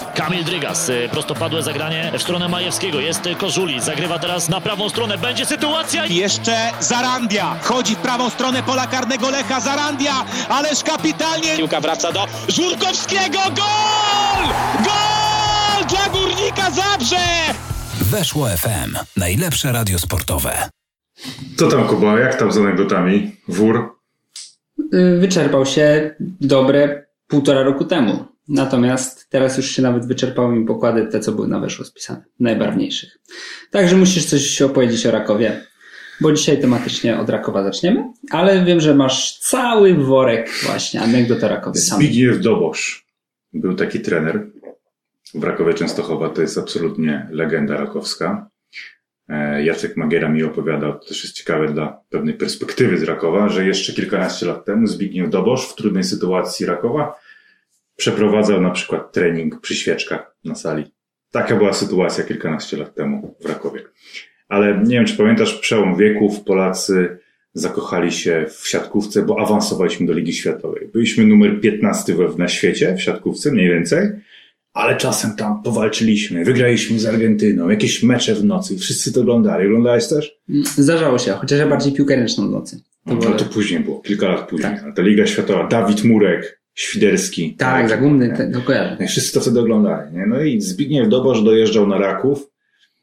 Kamil Drygas, prostopadłe zagranie w stronę Majewskiego, jest Kożuli, zagrywa teraz na prawą stronę, będzie sytuacja. Jeszcze Zarandia, wchodzi w prawą stronę pola karnego Lecha, Zarandia, ależ kapitalnie. Piłka wraca do Żurkowskiego, gol! Gol dla Górnika Zabrze! Weszło FM, najlepsze radio sportowe. Co tam, Kuba, jak tam z anegdotami? Wór? Wyczerpał się dobre 1,5 roku temu. Natomiast teraz już się nawet wyczerpały mi pokłady, te co były na Weszło spisane, najbarwniejszych. Także musisz coś opowiedzieć o Rakowie, bo dzisiaj tematycznie od Rakowa zaczniemy, ale wiem, że masz cały worek właśnie anegdot o Rakowie. Zbigniew Dobosz był taki trener w Rakowie Częstochowa, to jest absolutnie legenda rakowska. Jacek Magiera mi opowiadał, to też jest ciekawe dla pewnej perspektywy z Rakowa, że jeszcze kilkanaście lat temu Zbigniew Dobosz w trudnej sytuacji Rakowa przeprowadzał na przykład trening przy świeczkach na sali. Taka była sytuacja kilkanaście lat temu w Rakowie. Ale nie wiem, czy pamiętasz, przełom wieków, Polacy zakochali się w siatkówce, bo awansowaliśmy do Ligi Światowej. Byliśmy numer 15 na świecie w siatkówce, mniej więcej, ale czasem tam powalczyliśmy, wygraliśmy z Argentyną, jakieś mecze w nocy i wszyscy to oglądali. Oglądałeś też? Zdarzało się, chociaż ja bardziej piłkę ręczną w nocy. To później było, kilka lat później. Tak. Ta Liga Światowa, Dawid Murek, Świderski. Tak, Zagumny, to kojarzę. No i wszyscy to wtedy oglądali. Nie? No i Zbigniew Dobosz dojeżdżał na Raków.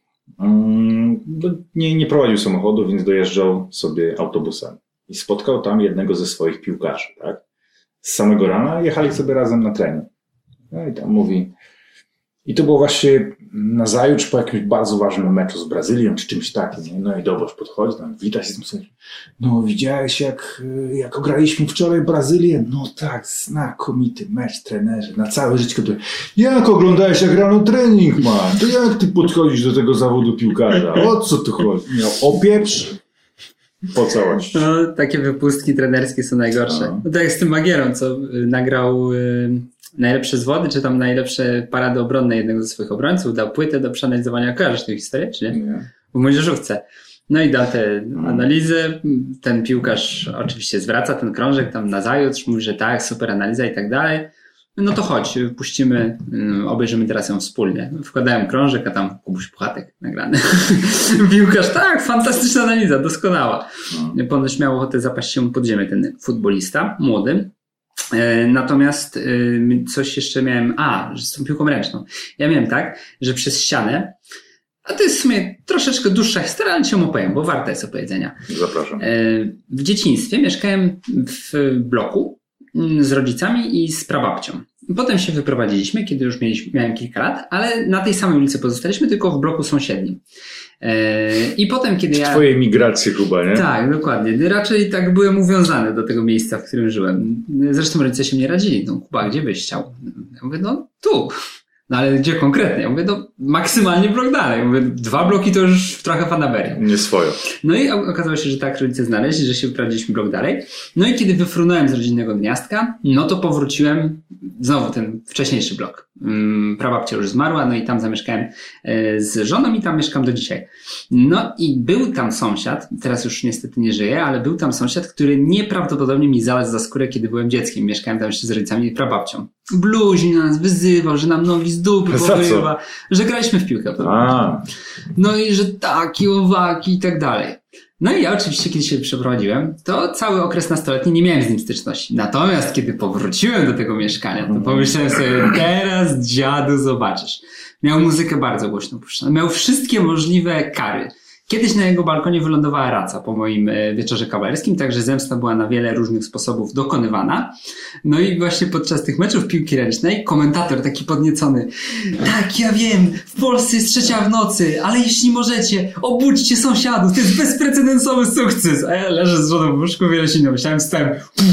Nie prowadził samochodu, więc dojeżdżał sobie autobusem. I spotkał tam jednego ze swoich piłkarzy. Tak? Z samego rana jechali sobie razem na trening. No i tam mówi... I to było właśnie nazajutrz po jakimś bardzo ważnym meczu z Brazylią, czy czymś takim. Nie? No i Dobosz podchodzi, tam wita się z tym, no widziałeś jak ograliśmy wczoraj Brazylię? No tak, znakomity mecz, trenerze, na całe życie. Jak oglądałeś, jak rano trening ma? To jak ty podchodzisz do tego zawodu piłkarza? O co tu chodzi? Miał opieprz po całości. No, takie wypustki trenerskie są najgorsze. No tak jak z tym Magierą, co nagrał... najlepsze zwody, czy tam najlepsze parady obronne jednego ze swoich obrońców, dał płytę do przeanalizowania. Kojarzysz tę historię, czy nie? Nie. W młodzieżówce. No i dał tę analizę. Ten piłkarz oczywiście zwraca ten krążek tam nazajutrz, mówi, że tak, super analiza i tak dalej. No to chodź, puścimy, obejrzymy teraz ją wspólnie. Wkładałem krążek, a tam Kubuś Puchatek nagrany. Piłkarz, tak, fantastyczna analiza, doskonała. Ponoć miał ochotę zapaść się pod ziemię ten futbolista, młody. Natomiast coś jeszcze miałem, z tą piłką ręczną. Ja miałem tak, że przez ścianę, a to jest w sumie troszeczkę dłuższa historia, ale cię opowiem, bo warto jest opowiedzenia. Zapraszam. W dzieciństwie mieszkałem w bloku z rodzicami i z prababcią. Potem się wyprowadziliśmy, kiedy już miałem kilka lat, ale na tej samej ulicy pozostaliśmy, tylko w bloku sąsiednim. I potem, kiedy Twoje migracje chyba, nie? Tak, dokładnie. Raczej tak byłem uwiązany do tego miejsca, w którym żyłem. Zresztą rodzice się mnie radzili. No Kuba, gdzie byś chciał? Ja mówię, no tu. No ale gdzie konkretnie? Ja mówię, no maksymalnie blok dalej. Ja mówię, 2 bloki to już trochę fanaberia. Nie swoje. No i okazało się, że tak rodzice znaleźli, że się wyprowadziliśmy blok dalej. No i kiedy wyfrunąłem z rodzinnego gniazdka, no to powróciłem znowu ten wcześniejszy blok. Prababcia już zmarła, no i tam zamieszkałem z żoną i tam mieszkam do dzisiaj. No i był tam sąsiad, teraz już niestety nie żyje, ale był tam sąsiad, który nieprawdopodobnie mi zalazł za skórę, kiedy byłem dzieckiem. Mieszkałem tam jeszcze z rodzicami i prababcią. Bluźnił nas, wyzywał, że nam nogi z dupy powyrywa, że graliśmy w piłkę. No i że taki, owaki i tak dalej. No i ja oczywiście, kiedy się przeprowadziłem, to cały okres nastoletni nie miałem z nim styczności. Natomiast kiedy powróciłem do tego mieszkania, to pomyślałem sobie, teraz dziadu zobaczysz. Miał muzykę bardzo głośno puszczaną. Miał wszystkie możliwe kary. Kiedyś na jego balkonie wylądowała raca po moim wieczorze kawalerskim, także zemsta była na wiele różnych sposobów dokonywana. No i właśnie podczas tych meczów piłki ręcznej komentator taki podniecony. Tak, ja wiem, w Polsce jest 3 w nocy, ale jeśli możecie, obudźcie sąsiadów, to jest bezprecedensowy sukces. A ja leżę z żoną w łóżku, wiele się nie myślałem, stałem.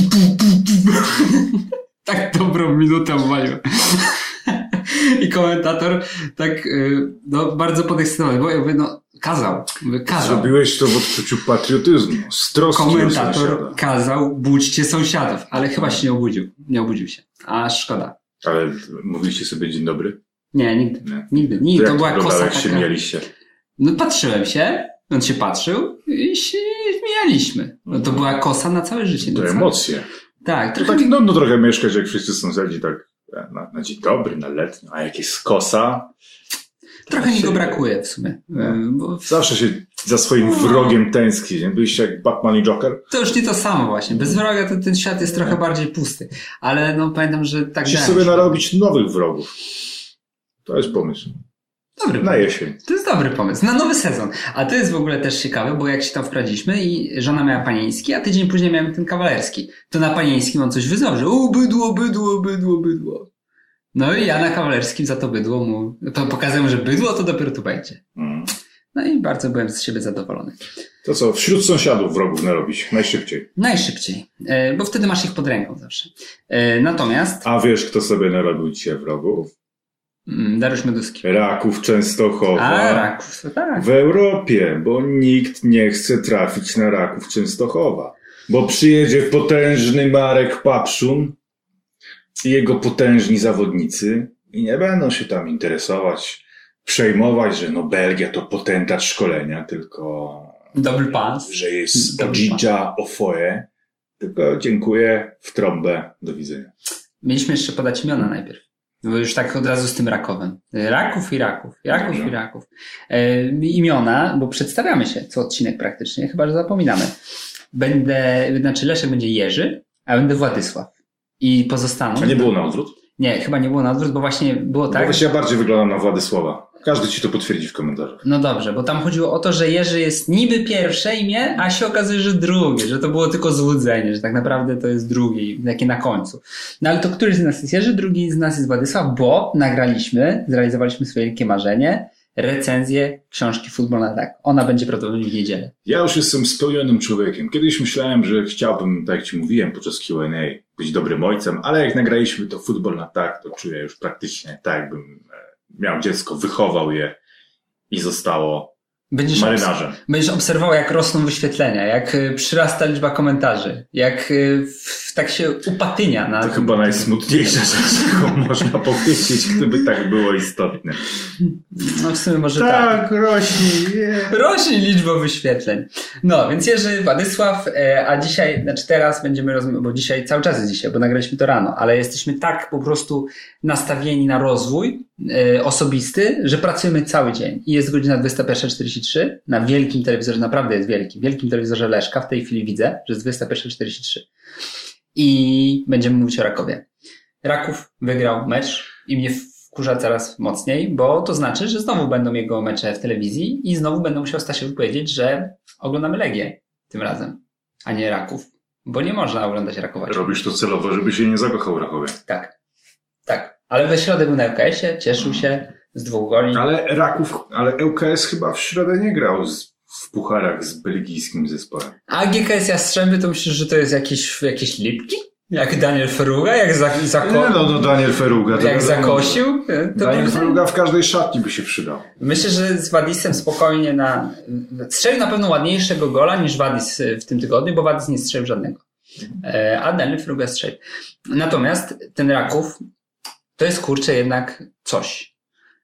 Tak dobrą minutę uwaliłem. I komentator tak, no bardzo podekscytowany, bo ja mówię, kazał. Zrobiłeś to w odczuciu patriotyzmu. Z troski komentator kazał, budźcie sąsiadów, ale chyba się nie obudził. Nie obudził się. A szkoda. Ale mówiliście sobie dzień dobry? Nie, nigdy. Nie. To była kosa taka. Jak się mieliście? No patrzyłem się, on się patrzył i się mieliśmy. No to była kosa na całe życie. To emocje. Tak. Trochę... No trochę mieszkać jak wszyscy sąsiedzi, tak na dzień dobry, na letni, a jak jest kosa... Trochę mi go brakuje w sumie. Bo Zawsze się za swoim wrogiem tęskni. Nie? Byliście jak Batman i Joker? to już nie to samo właśnie. Bez wroga to ten świat jest trochę bardziej pusty. Ale no pamiętam, że tak Musisz grałem. sobie narobić nowych wrogów. To jest pomysł. Dobry Na pomysł. jesień. To jest dobry pomysł. Na nowy sezon. A to jest w ogóle też ciekawe, bo jak się tam wprowadziliśmy i żona miała panieński, a tydzień później miałem ten kawalerski. To na panieńskim on coś wyznał, że bydło. No i ja na kawalerskim za to bydło mu pokazałem, że bydło to dopiero tu będzie. No i bardzo byłem z siebie zadowolony. To co, wśród sąsiadów wrogów narobić? Najszybciej. Najszybciej, bo wtedy masz ich pod ręką zawsze. Natomiast A wiesz, kto sobie narobił dzisiaj wrogów? Dariusz Meduski. Raków Częstochowa. A, Raków, to tak. W Europie, bo nikt nie chce trafić na Raków Częstochowa. Bo przyjedzie potężny Marek Papszun i jego potężni zawodnicy i nie będą się tam interesować, przejmować, że no Belgia to potentat szkolenia, tylko Double pass. że jest Ojija Ofoe. Tylko dziękuję, w trąbę, do widzenia. Mieliśmy jeszcze podać imiona najpierw. Bo już tak od razu z tym Rakowem. Raków. Imiona, bo przedstawiamy się co odcinek praktycznie, chyba że zapominamy. Leszek będzie Jerzy, a będę Władysław. I pozostaną... A nie było na odwrót? Nie, chyba nie było na odwrót, bo właśnie było tak... Bo właśnie ja bardziej wyglądam na Władysława. Każdy ci to potwierdzi w komentarzach. No dobrze, bo tam chodziło o to, że Jerzy jest niby pierwsze imię, a się okazuje, że drugie, że to było tylko złudzenie, że tak naprawdę to jest drugie, takie na końcu. No ale to któryś z nas jest Jerzy, drugi z nas jest Władysław, bo zrealizowaliśmy swoje wielkie marzenie, recenzję książki Futbol na tak. Ona będzie prawdopodobnie w niedzielę. Ja już jestem spełnionym człowiekiem. Kiedyś myślałem, że chciałbym, tak jak ci mówiłem podczas Q&A, być dobrym ojcem, ale jak nagraliśmy to Futbol na tak, to czuję już praktycznie tak, jakbym miał dziecko, wychował je i zostało marynarzem. Będziesz obserwował, jak rosną wyświetlenia, jak przyrasta liczba komentarzy, jak tak się upatynia na... To chyba najsmutniejsza rzecz, jaką można powiedzieć, gdyby tak było istotne. No w sumie może tak. Rośnie liczba wyświetleń. No, więc Jerzy, Władysław, a dzisiaj, znaczy teraz będziemy rozmawiać, bo dzisiaj, cały czas jest dzisiaj, bo nagraliśmy to rano, ale jesteśmy tak po prostu nastawieni na rozwój osobisty, że pracujemy cały dzień. I jest godzina 21:43 na wielkim telewizorze, naprawdę jest wielkim telewizorze Leszka, w tej chwili widzę, że jest 21:43. I będziemy mówić o Rakowie. Raków wygrał mecz i mnie wkurza coraz mocniej, bo to znaczy, że znowu będą jego mecze w telewizji i znowu będę musiał Stasiowi powiedzieć, że oglądamy Legię tym razem, a nie Raków. Bo nie można oglądać Rakowa. Robisz to celowo, żeby się nie zakochał w Rakowie. Tak. Ale we środę był na ŁKS-ie, cieszył się z 2 goli. Ale ŁKS chyba w środę nie grał w pucharach z belgijskim zespołem. A GKS Jastrzęby to myślisz, że to jest jakieś lipki? Jak Daniel Feruga? Daniel Feruga. Jak zakosił? Daniel Feruga w każdej szatni by się przydał. Myślę, że z Wadisem spokojnie strzelił na pewno ładniejszego gola niż Wadis w tym tygodniu, bo Wadis nie strzelił żadnego. A Daniel Feruga strzelił. Natomiast ten Raków to jest kurczę jednak coś.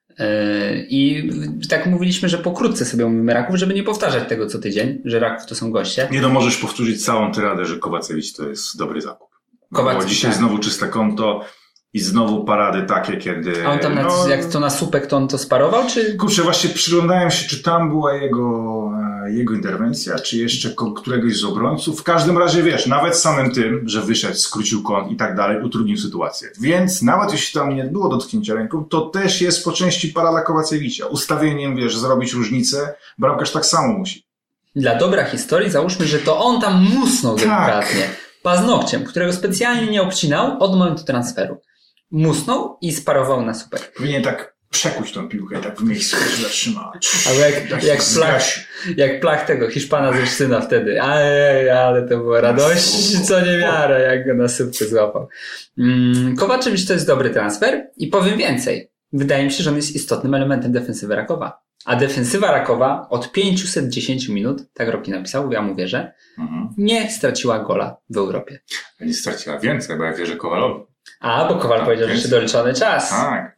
I tak mówiliśmy, że pokrótce sobie omówimy Raków, żeby nie powtarzać tego co tydzień, że Raków to są goście. Nie, możesz powtórzyć całą tyradę, że Kowacewicz to jest dobry zakup. Bo dzisiaj znowu czyste konto i znowu parady takie, kiedy... A on tam jak to na słupek, to on to sparował, czy... Kurczę, właśnie przyglądałem się, czy tam była jego interwencja, czy jeszcze któregoś z obrońców. W każdym razie, wiesz, nawet samym tym, że wyszedł, skrócił kąt i tak dalej, utrudnił sytuację. Więc nawet jeśli tam nie było dotknięcia ręką, to też jest po części parada Kowacewicza. Ustawieniem, wiesz, zrobić różnicę, bramkarz tak samo musi. Dla dobra historii załóżmy, że to on tam musnął delikatnie. Paznokciem, którego specjalnie nie obcinał od momentu transferu. Musnął i sparował na super. Powinien tak przekuć tą piłkę i tak w miejscu się zatrzymać. Albo jak plach tego Hiszpana ze Sztyna wtedy. Ale to była radość, co niewiara, jak go na sypce złapał. Kowaczewicz to jest dobry transfer i powiem więcej. Wydaje mi się, że on jest istotnym elementem defensywy Rakowa. A defensywa Rakowa od 510 minut, tak Roki napisał, ja mu wierzę, nie straciła gola w Europie. Nie straciła więcej, bo ja wierzę Kowalowi. Bo Kowal powiedział, że jeszcze doliczony czas. Tak.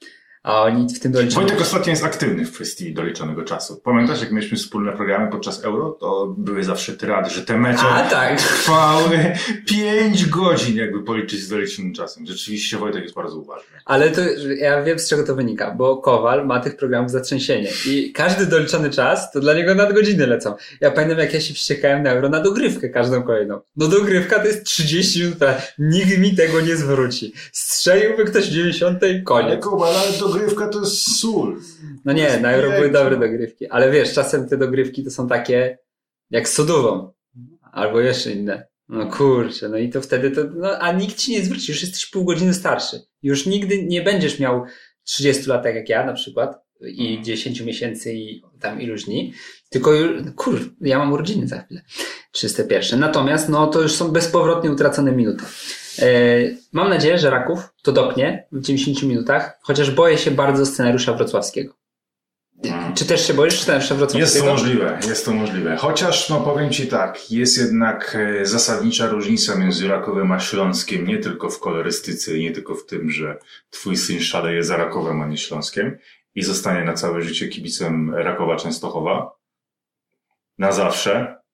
A oni w tym doliczonym... Wojtek ostatnio jest aktywny w kwestii doliczonego czasu. Pamiętasz, jak mieliśmy wspólne programy podczas Euro, to były zawsze tyrady, że te mecze trwały 5 godzin, jakby policzyć z doliczonym czasem. Rzeczywiście Wojtek jest bardzo uważny. Ale to ja wiem, z czego to wynika, bo Kowal ma tych programów zatrzęsienie i każdy doliczony czas to dla niego nadgodziny lecą. Ja pamiętam, jak ja się wściekałem na Euro na dogrywkę każdą kolejną. No dogrywka to jest 30 minut, nikt mi tego nie zwróci. Strzeliłby ktoś w 90, koniec. Ale dogrywka to jest sól. No nie, na Euro były dobre dogrywki, ale wiesz, czasem te dogrywki to są takie jak z Sodową, albo jeszcze inne. No kurczę, no i to wtedy to, no a nikt ci nie zwróci, już jesteś pół godziny starszy. Już nigdy nie będziesz miał 30 lat tak jak ja na przykład i 10 miesięcy i tam iluś dni, tylko już, ja mam urodziny za chwilę, 31. Natomiast no to już są bezpowrotnie utracone minuty. Mam nadzieję, że Raków to dopnie w 90 minutach, chociaż boję się bardzo scenariusza wrocławskiego. Czy też się boisz scenariusza wrocławskiego? Jest to możliwe. Chociaż, no powiem Ci tak, jest jednak zasadnicza różnica między Rakowem a Śląskiem, nie tylko w kolorystyce, nie tylko w tym, że Twój syn szaleje za Rakowem, a nie Śląskiem i zostanie na całe życie kibicem Rakowa Częstochowa. Na zawsze.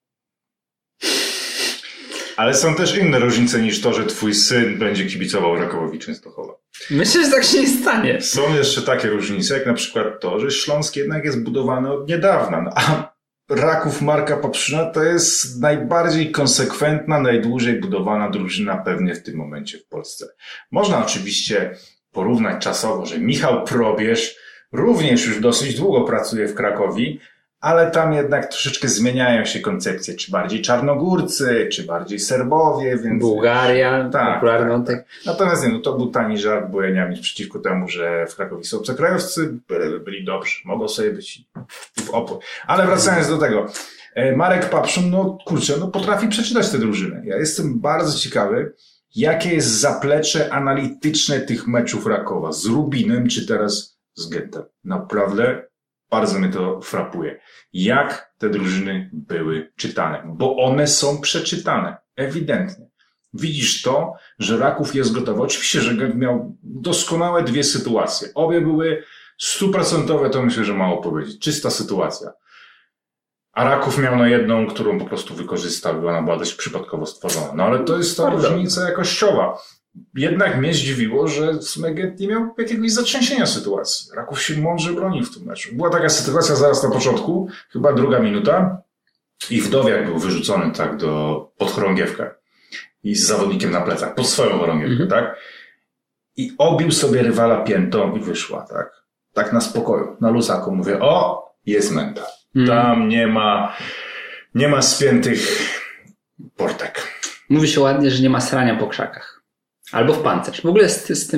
Ale są też inne różnice niż to, że Twój syn będzie kibicował Rakowowi Częstochowa. Myślę, że tak się nie stanie. Są jeszcze takie różnice, jak na przykład to, że Śląsk jednak jest budowany od niedawna, no, a Raków Marka Paprzyna to jest najbardziej konsekwentna, najdłużej budowana drużyna pewnie w tym momencie w Polsce. Można oczywiście porównać czasowo, że Michał Probierz również już dosyć długo pracuje w Krakowi, ale tam jednak troszeczkę zmieniają się koncepcje, czy bardziej Czarnogórcy, czy bardziej Serbowie, więc... Bułgaria, popularny tak. Natomiast nie, no to był tani żart, bo ja nie mam nic przeciwko temu, że w Krakowie są obcokrajowcy, byli dobrzy, mogą sobie być w opór. Ale wracając do tego, Marek Papszun, no kurczę, no potrafi przeczytać tę drużynę. Ja jestem bardzo ciekawy, jakie jest zaplecze analityczne tych meczów Rakowa z Rubinem, czy teraz z Gentem. Naprawdę bardzo mnie to frapuje. Jak te drużyny były czytane? Bo one są przeczytane. Ewidentnie. Widzisz to, że Raków jest gotowy. Oczywiście, że Gent miał doskonałe 2 sytuacje. Obie były 100%, to myślę, że mało powiedzieć. Czysta sytuacja. A Raków miał na jedną, którą po prostu wykorzystał i ona była dość przypadkowo stworzona. No ale to jest ta różnica jakościowa. Jednak mnie zdziwiło, że w sumie Gent nie miał jakiegoś zatrzęsienia sytuacji. Raków się mądrze bronił w tym meczu. Była taka sytuacja zaraz na początku, chyba 2 minuta i Wdowiak był wyrzucony tak pod chorągiewkę i z zawodnikiem na plecach, pod swoją chorągiewkę, tak? I obił sobie rywala piętą i wyszła, tak? Tak na spokoju, na luzaku. Mówię, o, jest menta. Tam nie ma spiętych portek. Mówi się ładnie, że nie ma srania po krzakach. Albo w pancerz. W ogóle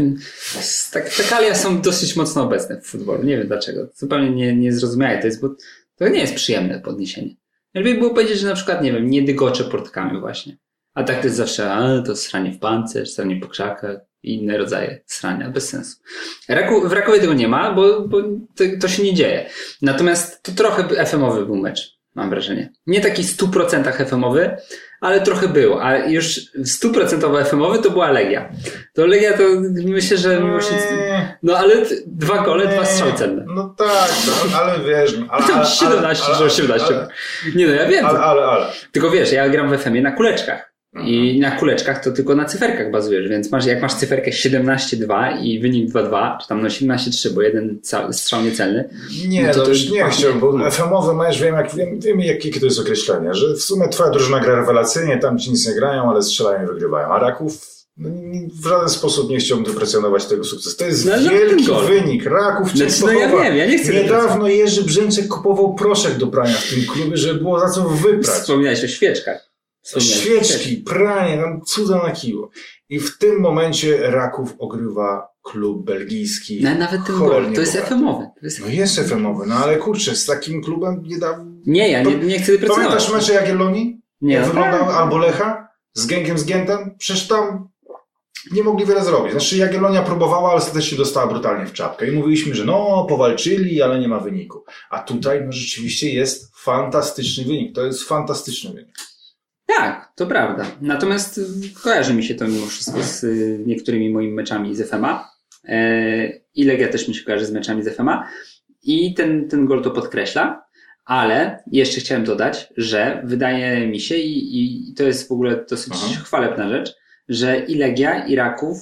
te kalia są dosyć mocno obecne w futbolu. Nie wiem dlaczego. Zupełnie niezrozumiałe to jest, bo to nie jest przyjemne podniesienie. Lepiej było powiedzieć, że na przykład, nie wiem, nie dygocze portkami właśnie. A tak to jest zawsze, to sranie w pancerz, sranie po krzakach i inne rodzaje srania. Bez sensu. W Rakowie tego nie ma, bo to się nie dzieje. Natomiast to trochę FM-owy był mecz, mam wrażenie. Nie taki 100% FM-owy, ale trochę był. A już 100% FM-owy to była Legia. To Legia to myślę, że mimo się... No ale 2 gole, 2 strzały cenne. No tak, no, ale wiesz... Ale, 17 czy 18. Nie no, ja wiem. Ale. Tylko wiesz, ja gram w FM-ie na kuleczkach. I na kuleczkach to tylko na cyferkach bazujesz, więc jak masz cyferkę 17-2 i wynik 2-2, czy tam 17-3, bo jeden strzał niecelny. Nie, no to już nie chciałbym, bo FM-owy mecz, wiemy jakie to jest określenie, że w sumie twoja drużyna gra rewelacyjnie, tam ci nic nie grają, ale strzelają i wygrywają. A Raków w żaden sposób nie chciałbym deprecjonować tego sukcesu. To jest wielki wynik. Raków Częstochowa. No ja nie chcę niedawno Jerzy Brzęczek kupował proszek do prania w tym klubie, żeby było za co wyprać. Wspomniałeś o świeczkach. Świeczki, pranie, tam cuda na kiło. I w tym momencie Raków ogrywa klub belgijski. Nawet ten gol, to jest FM-owy. No jest FM-owy, no ale kurczę, z takim klubem niedawno... Ja nie chcę deprecjonować. Pamiętasz mecze Jagiellonii? Nie. Jak wyglądał albo Lecha? Z Gęgiem, z Gentem? Przecież tam nie mogli wiele zrobić. Znaczy Jagiellonia próbowała, ale ostatecznie dostała brutalnie w czapkę. I mówiliśmy, że powalczyli, ale nie ma wyniku. A tutaj rzeczywiście jest fantastyczny wynik. To jest fantastyczny wynik. Tak, to prawda. Natomiast kojarzy mi się to mimo wszystko z niektórymi moimi meczami z FMA. I Legia też mi się kojarzy z meczami z FMA. I ten gol to podkreśla. Ale jeszcze chciałem dodać, że wydaje mi się, i to jest w ogóle dosyć chwalebna rzecz, że i Legia, i Raków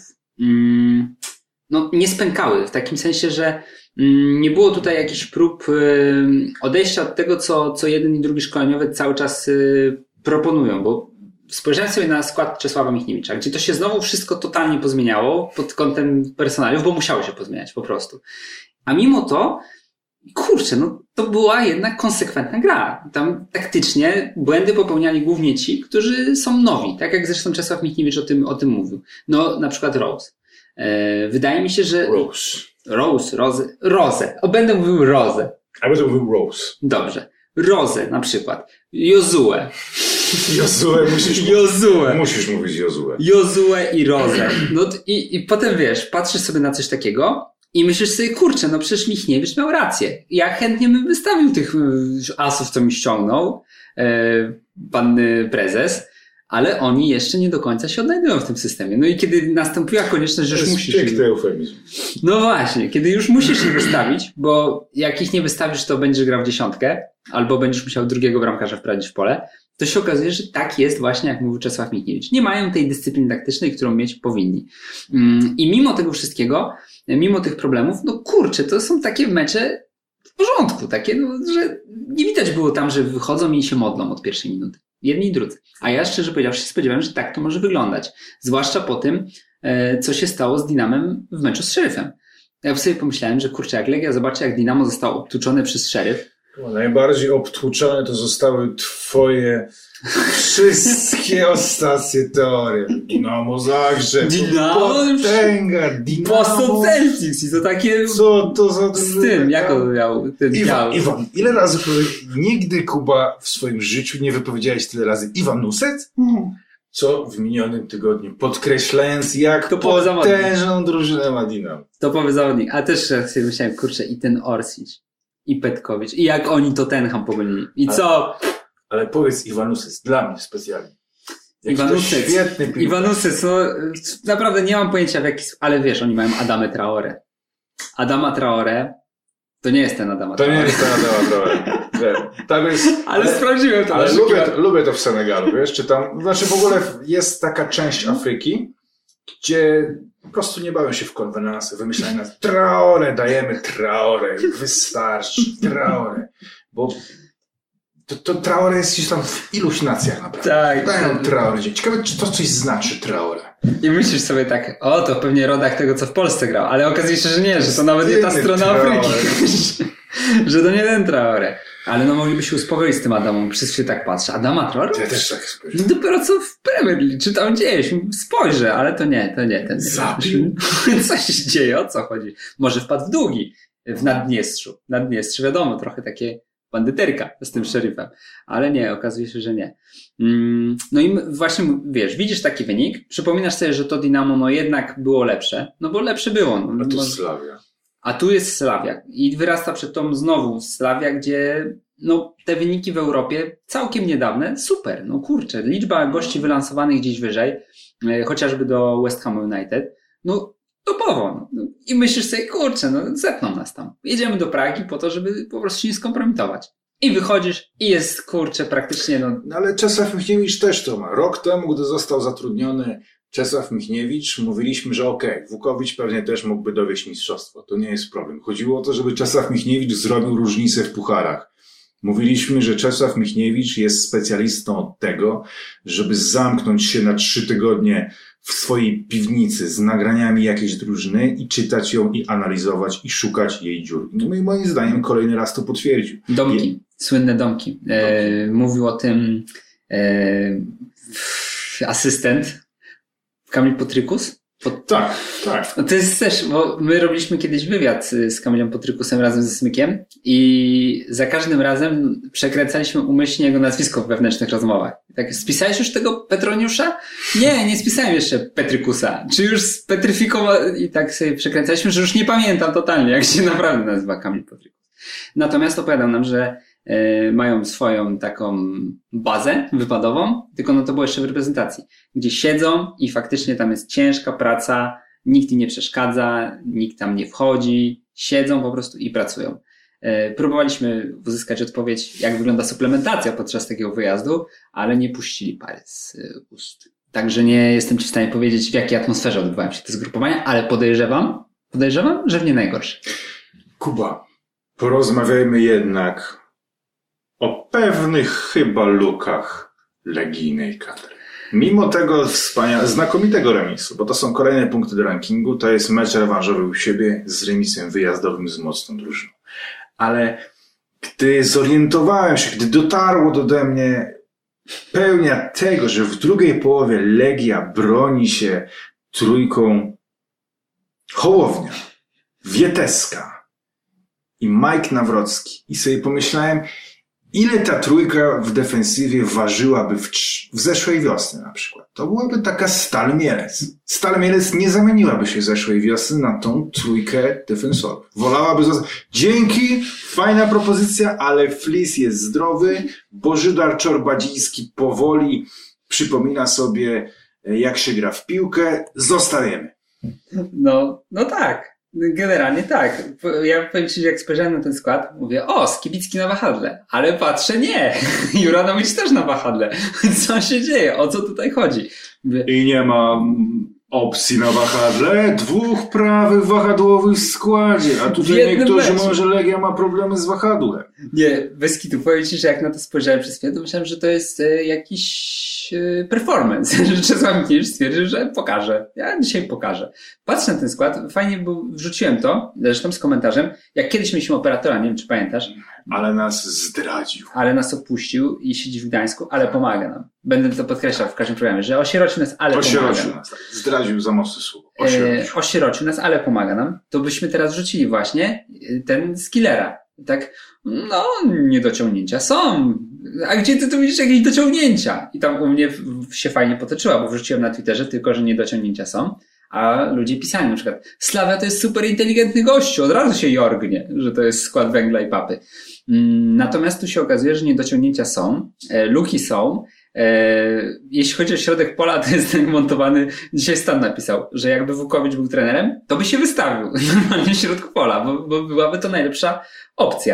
nie spękały. W takim sensie, że nie było tutaj jakichś prób odejścia od tego, co jeden i drugi szkoleniowiec cały czas proponują, bo spojrzałem sobie na skład Czesława Michniewicza, gdzie to się znowu wszystko totalnie pozmieniało pod kątem personaliów, bo musiało się pozmieniać po prostu. A mimo to, kurczę, to była jednak konsekwentna gra. Tam taktycznie błędy popełniali głównie ci, którzy są nowi, tak jak zresztą Czesław Michniewicz o tym mówił. Na przykład Rose. Wydaje mi się, że... Rose. Będę mówił Rose. A będę mówił Rose. Dobrze. Rose na przykład. Jozue. Musisz mówić Jozue. Jozue i Rose. I potem patrzysz sobie na coś takiego i myślisz sobie, kurczę, przecież Michniewicz miał rację. Ja chętnie bym wystawił tych asów, co mi ściągnął pan prezes, ale oni jeszcze nie do końca się odnajdują w tym systemie. I kiedy nastąpiła konieczność, że już musisz... Piękny eufemizm. No właśnie, kiedy już musisz ich wystawić, bo jak ich nie wystawisz, to będziesz grał w 10, albo będziesz musiał drugiego bramkarza wprowadzić w pole, to się okazuje, że tak jest właśnie, jak mówił Czesław Michniewicz. Nie mają tej dyscypliny taktycznej, którą mieć powinni. I mimo tego wszystkiego, mimo tych problemów, kurczę, to są takie mecze w porządku, takie, że nie widać było tam, że wychodzą i się modlą od pierwszej minuty. Jedni i drudzy. A ja szczerze powiedziawszy spodziewałem, że tak to może wyglądać. Zwłaszcza po tym, co się stało z Dinamem w meczu z Szeryfem. Ja sobie pomyślałem, że kurczę, jak Legia zobaczy, jak Dinamo zostało obtuczone przez Szeryf. Najbardziej obtłuczone to zostały twoje wszystkie ostatnie teorie. Dynamo Zagrzeb, potęga, Dynamo. Boston Celtics i to takie... Co to za... Z tym, jak on miał... Iwan, ile razy nigdy, Kuba, w swoim życiu nie wypowiedziałeś tyle razy Iwan Nuset? Co w minionym tygodniu, podkreślając, jak to potężną drużynę ma Dynamo. Topowy zawodnik. A też sobie myślałem, kurczę, i ten Orsic, i Petkowicz, i jak oni Tottenham pogonili. Co? Ale powiedz Iwanusec, dla mnie specjalnie. Iwanusec, naprawdę nie mam pojęcia w jaki... Ale wiesz, oni mają Adamę Traoré. Adama Traoré to nie jest ten Adama Traoré. To nie jest ten Adama Traoré. Tam jest, ale sprawdziłem to. Ale lubię to w Senegalu, wiesz, czy tam... w ogóle jest taka część Afryki, gdzie po prostu nie bawią się w konwenanse, wymyślają nas Traoré, dajemy Traoré, wystarczy Traoré, bo to Traoré jest gdzieś tam w iluś nacjach naprawdę. Tak. Dają Traoré. Ciekawe, czy to coś znaczy Traoré. I myślisz sobie tak, to pewnie rodak tego, co w Polsce grał, ale okazuje się, że nie, że to nawet nie ta strona Afryki. Że to nie ten Traoré. Ale mogliby się uspokoić z tym Adamą. Przez chwilę tak patrzę. Adama Traoré? Ja też tak spojrzę. Dopiero co w Premier League, czy tam gdzieś. Spojrzę, ale to nie ten. Zabił. Coś się dzieje, o co chodzi? Może wpadł w długi w Naddniestrzu. Naddniestrze, wiadomo, trochę takie bandyterka z tym Szeryfem. Ale nie, okazuje się, że nie. I właśnie, widzisz taki wynik, przypominasz sobie, że to Dynamo jednak było lepsze, bo lepsze było. A tu Slavia. A tu jest Slavia. I wyrasta przed tą znowu Slavia, gdzie te wyniki w Europie całkiem niedawne, super. Kurczę, liczba gości wylansowanych gdzieś wyżej, chociażby do West Ham United, topowo. I myślisz sobie, kurczę, zepną nas tam. Jedziemy do Pragi po to, żeby po prostu się nie skompromitować. I wychodzisz i jest, kurczę, praktycznie ale Czesław Michniewicz też to ma. Rok temu, gdy został zatrudniony Czesław Michniewicz, mówiliśmy, że Wukowicz pewnie też mógłby dowieść mistrzostwo. To nie jest problem. Chodziło o to, żeby Czesław Michniewicz zrobił różnicę w pucharach. Mówiliśmy, że Czesław Michniewicz jest specjalistą od tego, żeby zamknąć się na 3 tygodnie w swojej piwnicy z nagraniami jakiejś drużyny i czytać ją i analizować i szukać jej dziur. I moim zdaniem kolejny raz to potwierdził. Domki, słynne domki. Mówił o tym asystent Kamil Potrykus. Tak. To jest też, bo my robiliśmy kiedyś wywiad z Kamilem Potrykusem razem ze Smykiem i za każdym razem przekręcaliśmy umyślnie jego nazwisko w wewnętrznych rozmowach. Tak, spisałeś już tego Petroniusza? Nie spisałem jeszcze Petrykusa. Czy już spetryfikowałem? I tak sobie przekręcaliśmy, że już nie pamiętam totalnie, jak się naprawdę nazywa Kamil Potrykus. Natomiast opowiadał nam, że mają swoją taką bazę wypadową, tylko to było jeszcze w reprezentacji, gdzie siedzą i faktycznie tam jest ciężka praca nikt im nie przeszkadza, nikt tam nie wchodzi, siedzą po prostu i pracują. Próbowaliśmy uzyskać odpowiedź, jak wygląda suplementacja podczas takiego wyjazdu, ale nie puścili pary z ust. Także nie jestem ci w stanie powiedzieć, w jakiej atmosferze odbywają się te zgrupowania, ale podejrzewam, że w nie najgorsze. Kuba, porozmawiajmy jednak o pewnych chyba lukach legijnej kadry. Mimo tego znakomitego remisu, bo to są kolejne punkty do rankingu, to jest mecz rewanżowy u siebie z remisem wyjazdowym z mocną drużyną. Ale gdy zorientowałem się, gdy dotarło do mnie pełnia tego, że w drugiej połowie Legia broni się trójką Hołownia, Wieteska i Mike Nawrocki. I sobie pomyślałem, ile ta trójka w defensywie ważyłaby w zeszłej wiosny na przykład. To byłaby taka Stal Mielec. Stal Mielec nie zamieniłaby się zeszłej wiosny na tą trójkę defensorów. Wolałaby dzięki, fajna propozycja, ale Flis jest zdrowy, Bożydar Czorbadziński powoli przypomina sobie, jak się gra w piłkę, zostawiemy. No tak. Generalnie tak. Ja powiem ci, że jak spojrzałem na ten skład, mówię, Skibicki na wahadle. Ale patrzę, nie. Juranowicz też na wahadle. Co się dzieje? O co tutaj chodzi? Mówię, I nie ma opcji na wahadle. 2 prawych wahadłowych w składzie. A tutaj niektórzy może Legia ma problemy z wahadłem. Nie, bez kitu. Powiem ci, że jak na to spojrzałem przez chwilę, to myślałem, że to jest jakiś performance. Że Czesław Michniewicz stwierdził, że pokaże. Ja dzisiaj pokażę. Patrzę na ten skład. Fajnie, bo wrzuciłem to, zresztą z komentarzem. Jak kiedyś mieliśmy operatora, nie wiem, czy pamiętasz. Ale nas zdradził. Ale nas opuścił i siedzi w Gdańsku, ale pomaga nam. Będę to podkreślał w każdym programie, że osierocił nas, ale pomaga nam. Tak. Zdradził za mocne słowo. Osierocił nas, ale pomaga nam. To byśmy teraz rzucili właśnie ten z Killera. Tak, niedociągnięcia są. A gdzie ty tu widzisz jakieś dociągnięcia? I tam u mnie się fajnie potoczyła, bo wrzuciłem na Twitterze tylko, że niedociągnięcia są. A ludzie pisali na przykład, Slavia to jest super inteligentny gościu, od razu się jorgnie, że to jest skład węgla i papy. Natomiast tu się okazuje, że niedociągnięcia są, luki są. Jeśli chodzi o środek pola, to jest tak montowany, dzisiaj Stan napisał, że jakby Wukowicz był trenerem, to by się wystawił normalnie w środku pola, bo byłaby to najlepsza opcja.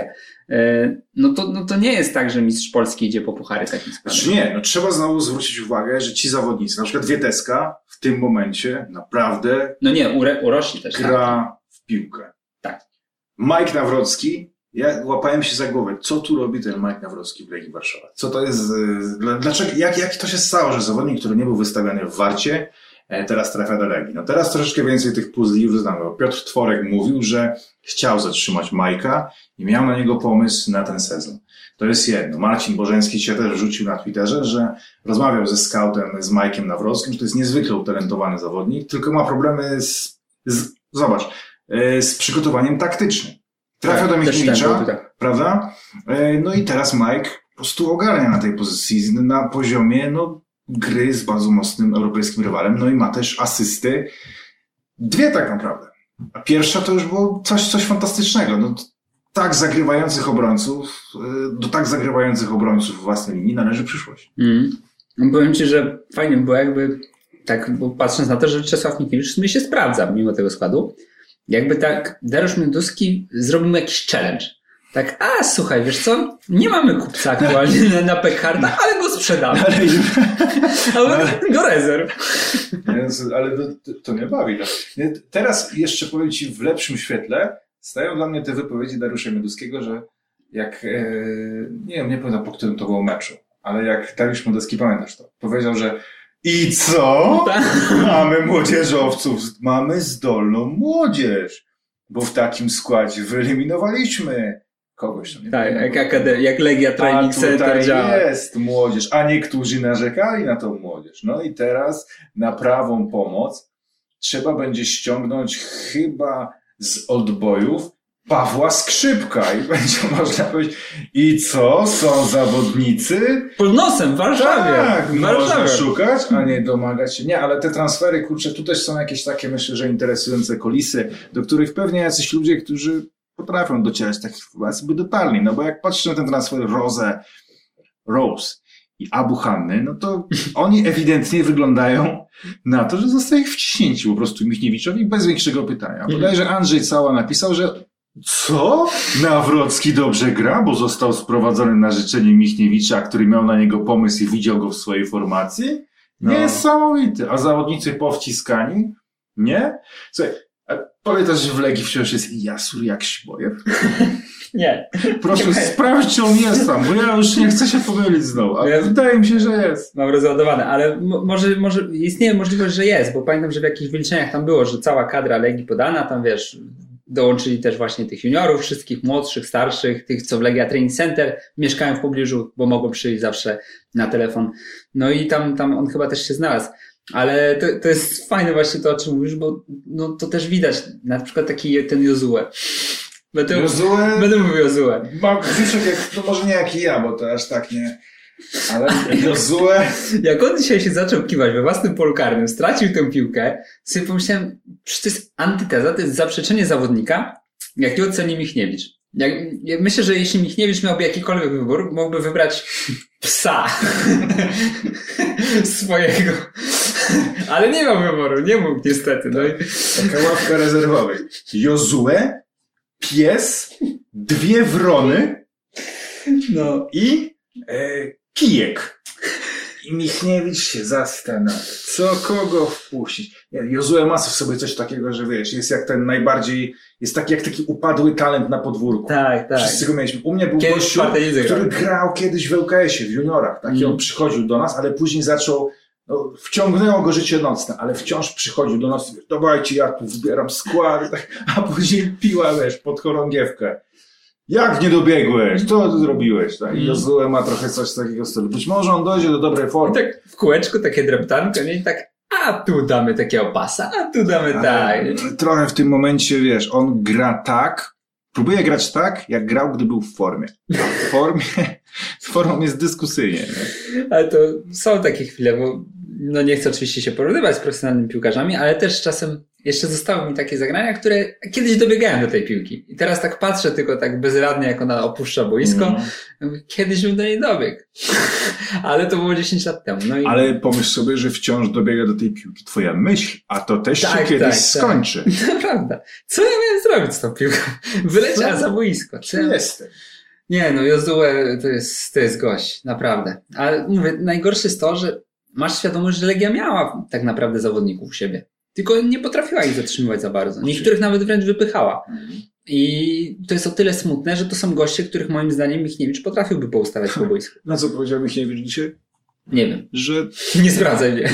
To nie jest tak, że mistrz Polski idzie po puchary takim składem. Znaczy nie, trzeba znowu zwrócić uwagę, że ci zawodnicy, na przykład Wieteska w tym momencie naprawdę urośli też gra w piłkę. Tak. Mike Nawrocki, ja łapałem się za głowę, co tu robi ten Mike Nawrocki w Legii Warszawa? Co to jest, dlaczego, jak to się stało, że zawodnik, który nie był wystawiany w Warcie, teraz trafia do Legii? Teraz troszeczkę więcej tych puzli już znamy. Piotr Tworek mówił, że chciał zatrzymać Majka i miał na niego pomysł na ten sezon. To jest jedno. Marcin Bożeński się też rzucił na Twitterze, że rozmawiał ze scoutem, z Majkiem Nawrockim, że to jest niezwykle utalentowany zawodnik, tylko ma problemy z przygotowaniem taktycznym. Trafia do Michniewicza, prawda? No i teraz Mike po prostu ogarnia na tej pozycji na poziomie, gry z bardzo mocnym europejskim rywalem, i ma też asysty. 2 tak naprawdę. A pierwsza to już było coś fantastycznego. Do tak zagrywających obrońców własnej linii należy przyszłość. Powiem ci, że fajnie było jakby, tak, bo patrząc na to, że Czesław Michniewicz w sumie się sprawdza mimo tego składu, jakby tak Dariusz Międowski zrobił mu jakiś challenge. Tak, słuchaj, wiesz co? Nie mamy kupca aktualnie na Pekharda, ale go sprzedamy. Do rezerw. Ale to mnie bawi. Teraz jeszcze powiem ci w lepszym świetle stają dla mnie te wypowiedzi Dariusza Międowskiego, że jak, nie pamiętam po którym to było meczu, ale jak Dariusz Międowski, pamiętasz to, powiedział, że i co? Mamy młodzieżowców, mamy zdolną młodzież, bo w takim składzie wyeliminowaliśmy kogoś. Tak, jak Legia Training Center działa. Jest młodzież, a niektórzy narzekali na tą młodzież. I teraz na prawą pomoc trzeba będzie ściągnąć chyba z Oldboyów Pawła Skrzypka i będzie można powiedzieć, i co? Są zawodnicy? Pod nosem w Warszawie. Tak, można szukać, a nie domagać się. Nie, ale te transfery, kurczę, tu też są jakieś takie, myślę, że interesujące kulisy, do których pewnie jacyś ludzie, którzy potrafią docierać takich informacji, by dotarli. Bo jak patrzę na ten transfer Rose i Abu Hanny, no to oni ewidentnie wyglądają na to, że zostali wciśnięci po prostu Michniewiczowi bez większego pytania. Bodajże Andrzej Cała napisał, że co? Nawrocki dobrze gra, bo został sprowadzony na życzenie Michniewicza, który miał na niego pomysł i widział go w swojej formacji? Niesamowity. A zawodnicy powciskani? Nie? Słuchaj, a pamiętasz, że w Legii wciąż jest Jasur Jaksibojew? Nie. Proszę sprawdź, czy on jest tam, bo ja już nie chcę się pomylić znowu, ale wydaje mi się, że jest. Mam rozładowane, ale może istnieje możliwość, że jest, bo pamiętam, że w jakichś wyliczeniach tam było, że cała kadra Legii podana, tam wiesz, dołączyli też właśnie tych juniorów, wszystkich młodszych, starszych, tych, co w Legia Training Center mieszkają w pobliżu, bo mogą przyjść zawsze na telefon. No i tam on chyba też się znalazł. Ale to jest fajne właśnie to, o czym mówisz, bo no, to też widać. Na przykład ten Jozue. Będę mówił Jozue. Mam brzuszek jak, no może nie jak i ja, bo to aż tak nie. Ale Jozue. Jak on dzisiaj się zaczął kiwać we własnym polu karnym, stracił tę piłkę, sobie pomyślałem, że to jest antyteza, to jest zaprzeczenie zawodnika, jak nie oceni Michniewicz. Ja myślę, że jeśli Michniewicz miałby jakikolwiek wybór, mógłby wybrać psa swojego. Ale nie ma wyboru, nie mógł niestety. No i... Taka ławka rezerwowej. Jozue, pies, 2 wrony i kijek. I Michniewicz się zastanawia, co kogo wpuścić. Jozue ma w sobie coś takiego, że wiesz, jest jak ten najbardziej, jest taki jak taki upadły talent na podwórku. Tak. Wszyscy go mieliśmy. U mnie był gościu, który grał kiedyś w ŁKS-ie, w juniorach. I on przychodził do nas, ale później zaczął, wciągnęło go życie nocne, ale wciąż przychodził do nas i mówił, dawajcie, ja tu wybieram skład, a później piła, wiesz, pod chorągiewkę. Jak nie dobiegłeś? Co ty zrobiłeś? Tak? I Jozue ma trochę coś takiego stylu. Być może on dojdzie do dobrej formy. I tak w kółeczku takie dreptanko, nie? I tak, a tu damy takiego pasa, a tu damy tak. Trochę w tym momencie, wiesz, on gra tak, próbuje grać tak, jak grał, gdy był w formie. Z formą jest dyskusyjnie. Nie? Ale to są takie chwile, bo no nie chcę oczywiście się porównywać z profesjonalnymi piłkarzami, ale też czasem jeszcze zostały mi takie zagrania, które kiedyś dobiegałem do tej piłki. I teraz tak patrzę tylko tak bezradnie, jak ona opuszcza boisko. Kiedyś bym do niej dobiegł. Ale to było 10 lat temu. No i... Ale pomyśl sobie, że wciąż dobiega do tej piłki twoja myśl, a to też się kiedyś skończy. Naprawdę. Co ja miałem zrobić z tą piłką? Wyleciała za boisko. Co jestem? Nie, no Jozue to jest gość. Naprawdę. Ale mówię, najgorsze jest to, że masz świadomość, że Legia miała tak naprawdę zawodników u siebie. Tylko nie potrafiła ich zatrzymywać za bardzo. Niektórych nawet wręcz wypychała. I to jest o tyle smutne, że to są goście, których moim zdaniem Michniewicz potrafiłby poustawiać po boisku. Na co powiedział Michniewicz dzisiaj? Nie wiem. Że nie sprawdzaj mnie.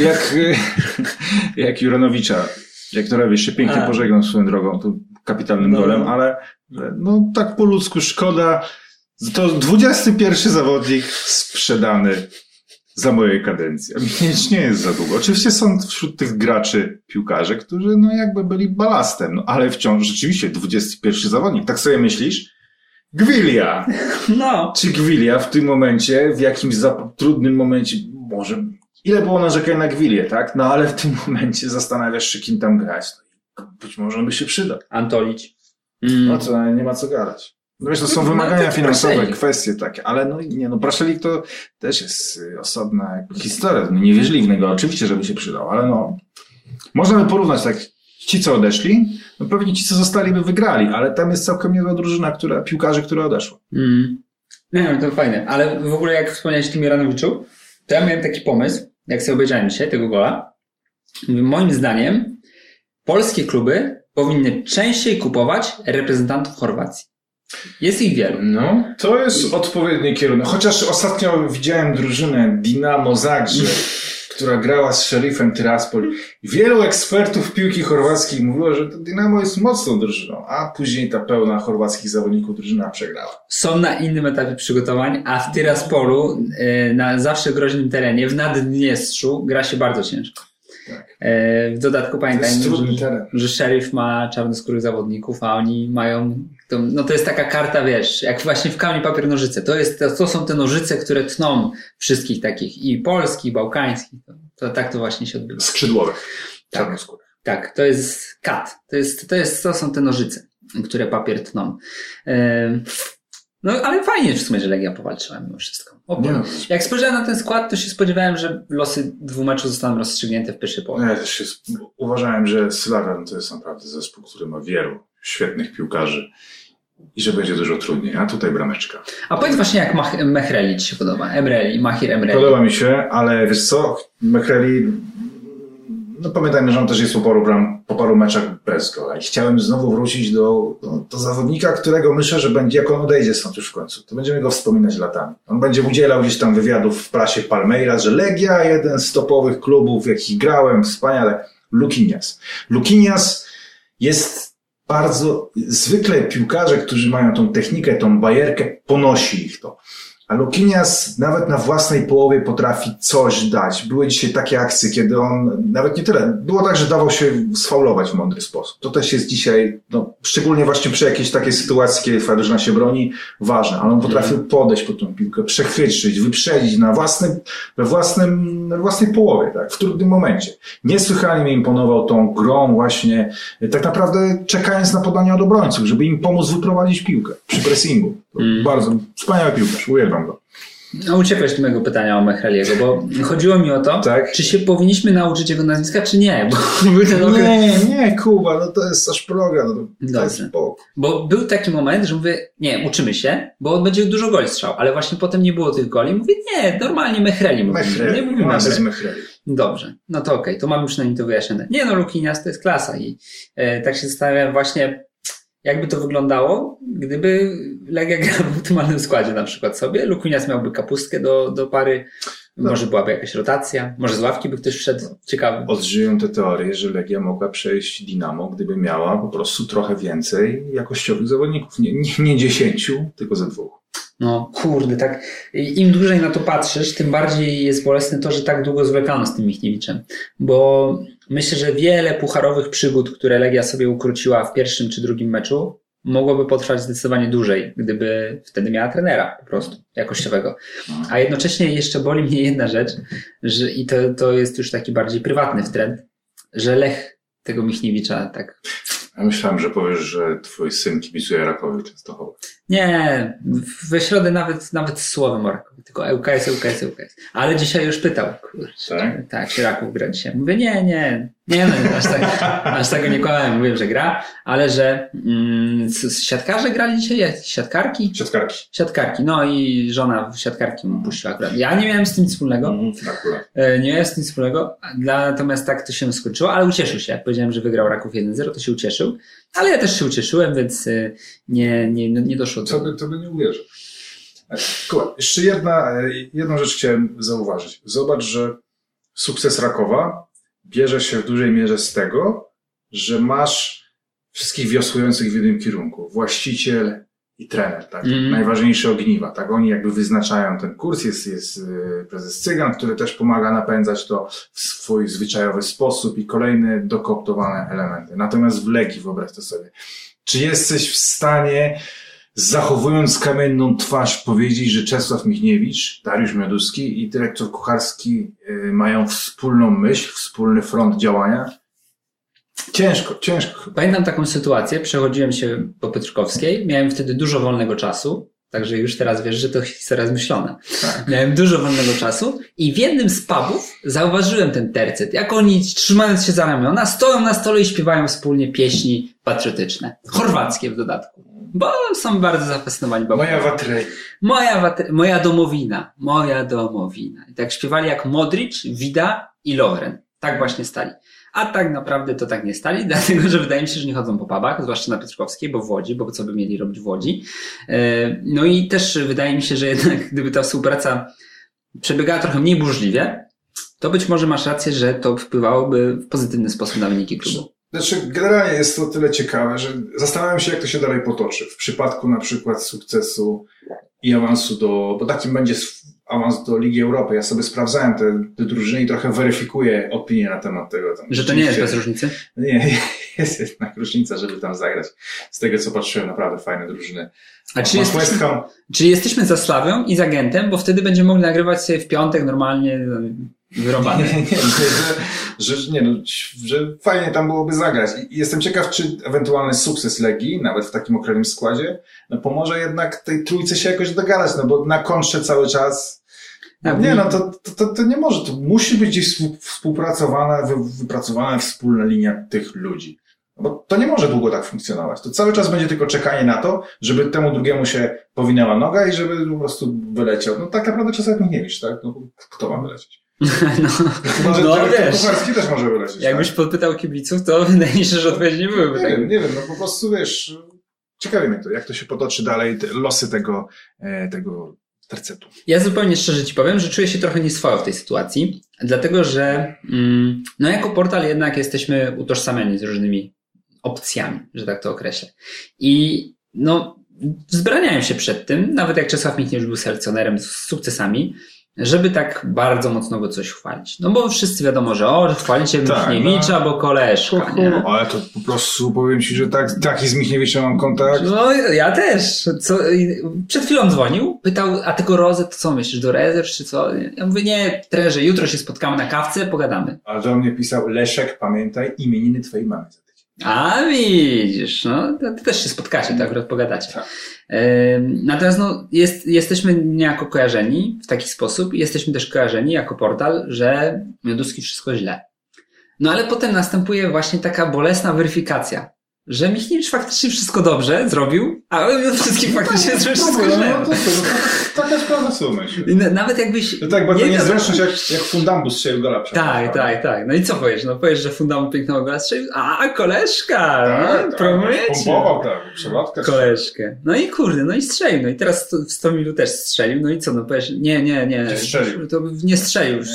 Jak Juranowicza, jak to jeszcze pięknie pożegnał swoją drogą, to kapitalnym golem, ale no tak po ludzku szkoda. To 21 zawodnik sprzedany za mojej kadencji. A Michniewicz nie jest za długo. Oczywiście są wśród tych graczy piłkarze, którzy no jakby byli balastem, no ale wciąż rzeczywiście 21 zawodnik. Tak sobie myślisz? Gwilia! No. Czy Gwilia w tym momencie, w jakimś trudnym momencie, może ile było narzekań na Gwilię, tak? No ale w tym momencie zastanawiasz się, kim tam grać. No, być może on by się przydał. Antolić. No co, nie ma co gadać. No wiesz, to są wymagania finansowe, kwestie takie, ale Praszelik to też jest osobna jakby historia, niewierzliwnego, oczywiście, żeby się przydał, ale można by porównać tak, ci co odeszli, no pewnie ci co zostali by wygrali, ale tam jest całkiem niezła drużyna, piłkarzy, które odeszło. Nie, to fajne, ale w ogóle jak wspomniałeś o tym Juranowiczu, to ja miałem taki pomysł, jak sobie obejrzałem dzisiaj tego gola, moim zdaniem polskie kluby powinny częściej kupować reprezentantów Chorwacji. Jest ich wielu. No, to jest odpowiedni kierunek. Chociaż ostatnio widziałem drużynę Dinamo Zagrzeb, która grała z Sheriffem Tiraspol. Wielu ekspertów piłki chorwackiej mówiło, że to Dinamo jest mocną drużyną, a później ta pełna chorwackich zawodników drużyna przegrała. Są na innym etapie przygotowań, a w Tiraspolu na zawsze groźnym terenie, w Naddniestrzu gra się bardzo ciężko. Tak. W dodatku pamiętajmy, że Sheriff ma czarnoskórych zawodników, a oni mają to jest taka karta, wiesz, jak właśnie w kamień, papier, nożyce. To są te nożyce, które tną wszystkich takich i polskich, i bałkańskich. Tak to właśnie się odbywa. Skrzydłowych. Czarnoskórych. Tak, to jest kat. To są te nożyce, które papier tną. No, ale fajnie w sumie, że Legia powalczyła mimo wszystko. Jak spojrzałem na ten skład, to się spodziewałem, że losy 2 meczów zostaną rozstrzygnięte w pierwszej połowie. Ja też uważałem, że Slawian to jest naprawdę zespół, który ma wielu świetnych piłkarzy i że będzie dużo trudniej, a tutaj brameczka. A powiedz właśnie, jak Mehreli ci się podoba? Mahir Emreli. Podoba mi się, ale wiesz co, Mehreli, no pamiętajmy, że on też jest po paru meczach bez gola. I chciałem znowu wrócić do zawodnika, którego myślę, że będzie, jak on odejdzie stąd już w końcu, to będziemy go wspominać latami. On będzie udzielał gdzieś tam wywiadów w prasie Palmeiras, że Legia, jeden z topowych klubów, w jakich grałem, wspaniale. Luquinhas jest bardzo, zwykle piłkarze, którzy mają tą technikę, tą bajerkę, ponosi ich to. A Luquinhas nawet na własnej połowie potrafi coś dać. Były dzisiaj takie akcje, kiedy on, nawet nie tyle, było tak, że dawał się sfaulować w mądry sposób. To też jest dzisiaj, no, szczególnie właśnie przy jakiejś takiej sytuacji, kiedy twoja drużyna się broni, ważne. Ale on potrafił podejść pod tą piłkę, przechwycić, wyprzedzić we własnej połowie, tak, w trudnym momencie. Niesłychanie mi imponował tą grą właśnie, tak naprawdę czekając na podanie od obrońców, żeby im pomóc wyprowadzić piłkę przy pressingu. Bardzo wspaniały piłkarz, uwielbiam go. No, uciekłeś do mojego pytania o Mehreliego, bo chodziło mi o to, tak? Czy się powinniśmy nauczyć jego nazwiska, czy nie? Bo był ten okres... Nie, Kuba, no to jest aż program. No to jest bo był taki moment, że mówię, nie, uczymy się, bo on będzie dużo goli strzał, ale właśnie potem nie było tych goli. Mówię, nie, normalnie Mehreli. Nie mówimy z Mehreli. Dobrze, no to okej, to mamy przynajmniej to wyjaśnione. Nie no, Luquinhas to jest klasa i tak się zastanawiam właśnie, jakby to wyglądało, gdyby Legia grała w optymalnym składzie na przykład sobie. Luquinhas miałby kapustkę do pary, może byłaby jakaś rotacja, może z ławki by ktoś wszedł ciekawy. Odżyją te teorie, że Legia mogła przejść Dinamo, gdyby miała po prostu trochę więcej jakościowych zawodników. Nie 10, tylko ze 2. No kurde, tak. Im dłużej na to patrzysz, tym bardziej jest bolesne to, że tak długo zwlekano z tym Michniewiczem. Bo myślę, że wiele pucharowych przygód, które Legia sobie ukróciła w pierwszym czy drugim meczu, mogłoby potrwać zdecydowanie dłużej, gdyby wtedy miała trenera po prostu jakościowego. A jednocześnie jeszcze boli mnie jedna rzecz, że i to jest już taki bardziej prywatny trend, że Lech tego Michniewicza tak... Ja myślałem, że powiesz, że twój syn kibicuje Rakowi Częstochowa. Nie, we środę nawet z słowem o Rakowi, tylko ŁKS. Ale dzisiaj już pytał, kurczę, tak, czy Raków gra dzisiaj. Mówię, nie, aż tak nie kłamałem, mówiłem, że gra, ale że siatkarze grali dzisiaj, siatkarki? Siatkarki, no i żona w siatkarki mu puściła akurat. Ja nie miałem z tym nic wspólnego. Nie miałem z tym nic wspólnego, natomiast tak to się skończyło, ale ucieszył się. Jak powiedziałem, że wygrał Raków 1-0, to się ucieszył. Ale ja też się ucieszyłem, więc nie doszło do... To by nie uwierzył. Jeszcze jedną rzecz chciałem zauważyć. Zobacz, że sukces Rakowa bierze się w dużej mierze z tego, że masz wszystkich wiosłujących w jednym kierunku. Właściciel i trener, tak? Najważniejsze ogniwa, tak? Oni jakby wyznaczają ten kurs. Jest prezes Cygan, który też pomaga napędzać to w swój zwyczajowy sposób i kolejne dokooptowane elementy. Natomiast w Legii, wyobraź to sobie, czy jesteś w stanie, zachowując kamienną twarz, powiedzieć, że Czesław Michniewicz, Dariusz Mioduski i dyrektor kucharski mają wspólną myśl, wspólny front działania? Ciężko. Pamiętam taką sytuację, przechodziłem się po Piotrkowskiej, miałem wtedy dużo wolnego czasu, także już teraz wiesz, że to historia zmyślona. Tak. Miałem dużo wolnego czasu i w jednym z pubów zauważyłem ten tercet, jak oni, trzymając się za ramiona, stoją na stole i śpiewają wspólnie pieśni patriotyczne. Chorwackie w dodatku. Bo są bardzo zafascynowani babą. Moja domowina. I tak śpiewali jak Modric, Vida i Lovren. Tak właśnie stali. A tak naprawdę to tak nie stali, dlatego, że wydaje mi się, że nie chodzą po pubach, zwłaszcza na Piotrkowskiej, bo w Łodzi, bo co by mieli robić w Łodzi. No i też wydaje mi się, że jednak gdyby ta współpraca przebiegała trochę mniej burzliwie, to być może masz rację, że to wpływałoby w pozytywny sposób na wyniki klubu. Znaczy, generalnie jest to tyle ciekawe, że zastanawiam się, jak to się dalej potoczy. W przypadku na przykład sukcesu i awansu bo takim będzie awans do Ligi Europy. Ja sobie sprawdzałem te drużyny i trochę weryfikuję opinię na temat tego. Że to nie jest bez różnicy? Nie, jest jednak różnica, żeby tam zagrać. Z tego, co patrzyłem, naprawdę fajne drużyny. A czy jesteśmy za Slawią i z Agentem, bo wtedy będziemy mogli nagrywać sobie w piątek normalnie. wyrobany. Że fajnie tam byłoby zagrać. I jestem ciekaw, czy ewentualny sukces Legii, nawet w takim okrojnym składzie, no pomoże jednak tej trójce się jakoś dogadać, no bo na kontrze cały czas to nie może, to musi być gdzieś wypracowana wspólna linia tych ludzi. Bo to nie może długo tak funkcjonować. To cały czas będzie tylko czekanie na to, żeby temu drugiemu się powinęła noga i żeby po prostu wyleciał. No tak naprawdę czasem nie wiesz, tak? No kto ma wylecieć? Chyba, że Kucharski też może wylecieć. Jakbyś podpytał kibiców, to wydaje mi się, że odpowiedzi nie byłyby. Nie wiem, no po prostu wiesz, ciekawi mnie to, jak to się potoczy dalej, losy tego tercetu. Ja zupełnie szczerze ci powiem, że czuję się trochę nieswojo w tej sytuacji, dlatego że no jako portal jednak jesteśmy utożsamiani z różnymi opcjami, że tak to określę. I no wzbraniają się przed tym, nawet jak Czesław Michniewicz był selekcjonerem z sukcesami, żeby tak bardzo mocno go coś chwalić. No bo wszyscy wiadomo, że chwalicie Michniewicza, bo koleżka, nie? Ale to po prostu powiem ci, że taki z Michniewiczem mam kontakt. No ja też. Przed chwilą dzwonił, pytał, a tego Rozę to co myślisz, do rezerw czy co? Ja mówię, nie, trenerze, jutro się spotkamy na kawce, pogadamy. A do mnie pisał, Leszek, pamiętaj imieniny twojej mamy. A widzisz, no ty też się spotkacie, tak akurat pogadacie. Tak. Natomiast no, jesteśmy niejako kojarzeni w taki sposób i jesteśmy też kojarzeni jako portal, że Mioduski wszystko źle. No ale potem następuje właśnie taka bolesna weryfikacja, że Michniewicz faktycznie wszystko dobrze zrobił, a Mioduski faktycznie wszystko źle. No to taka sprawa sumy. Nawet jakbyś... No tak, bo to niezręczność jak Fundambus strzelił gola. Tak. No i co powiesz? No powiesz, że Fundambus pięknego gola strzelił, a koleżka, tak, promujecie. Pompował przewrotkę. Koleżkę. No i kurde, no i strzelił. No i teraz w Stomilu też strzelił. No i co? No powiesz, nie. Strzelił. To nie strzelił. Nie.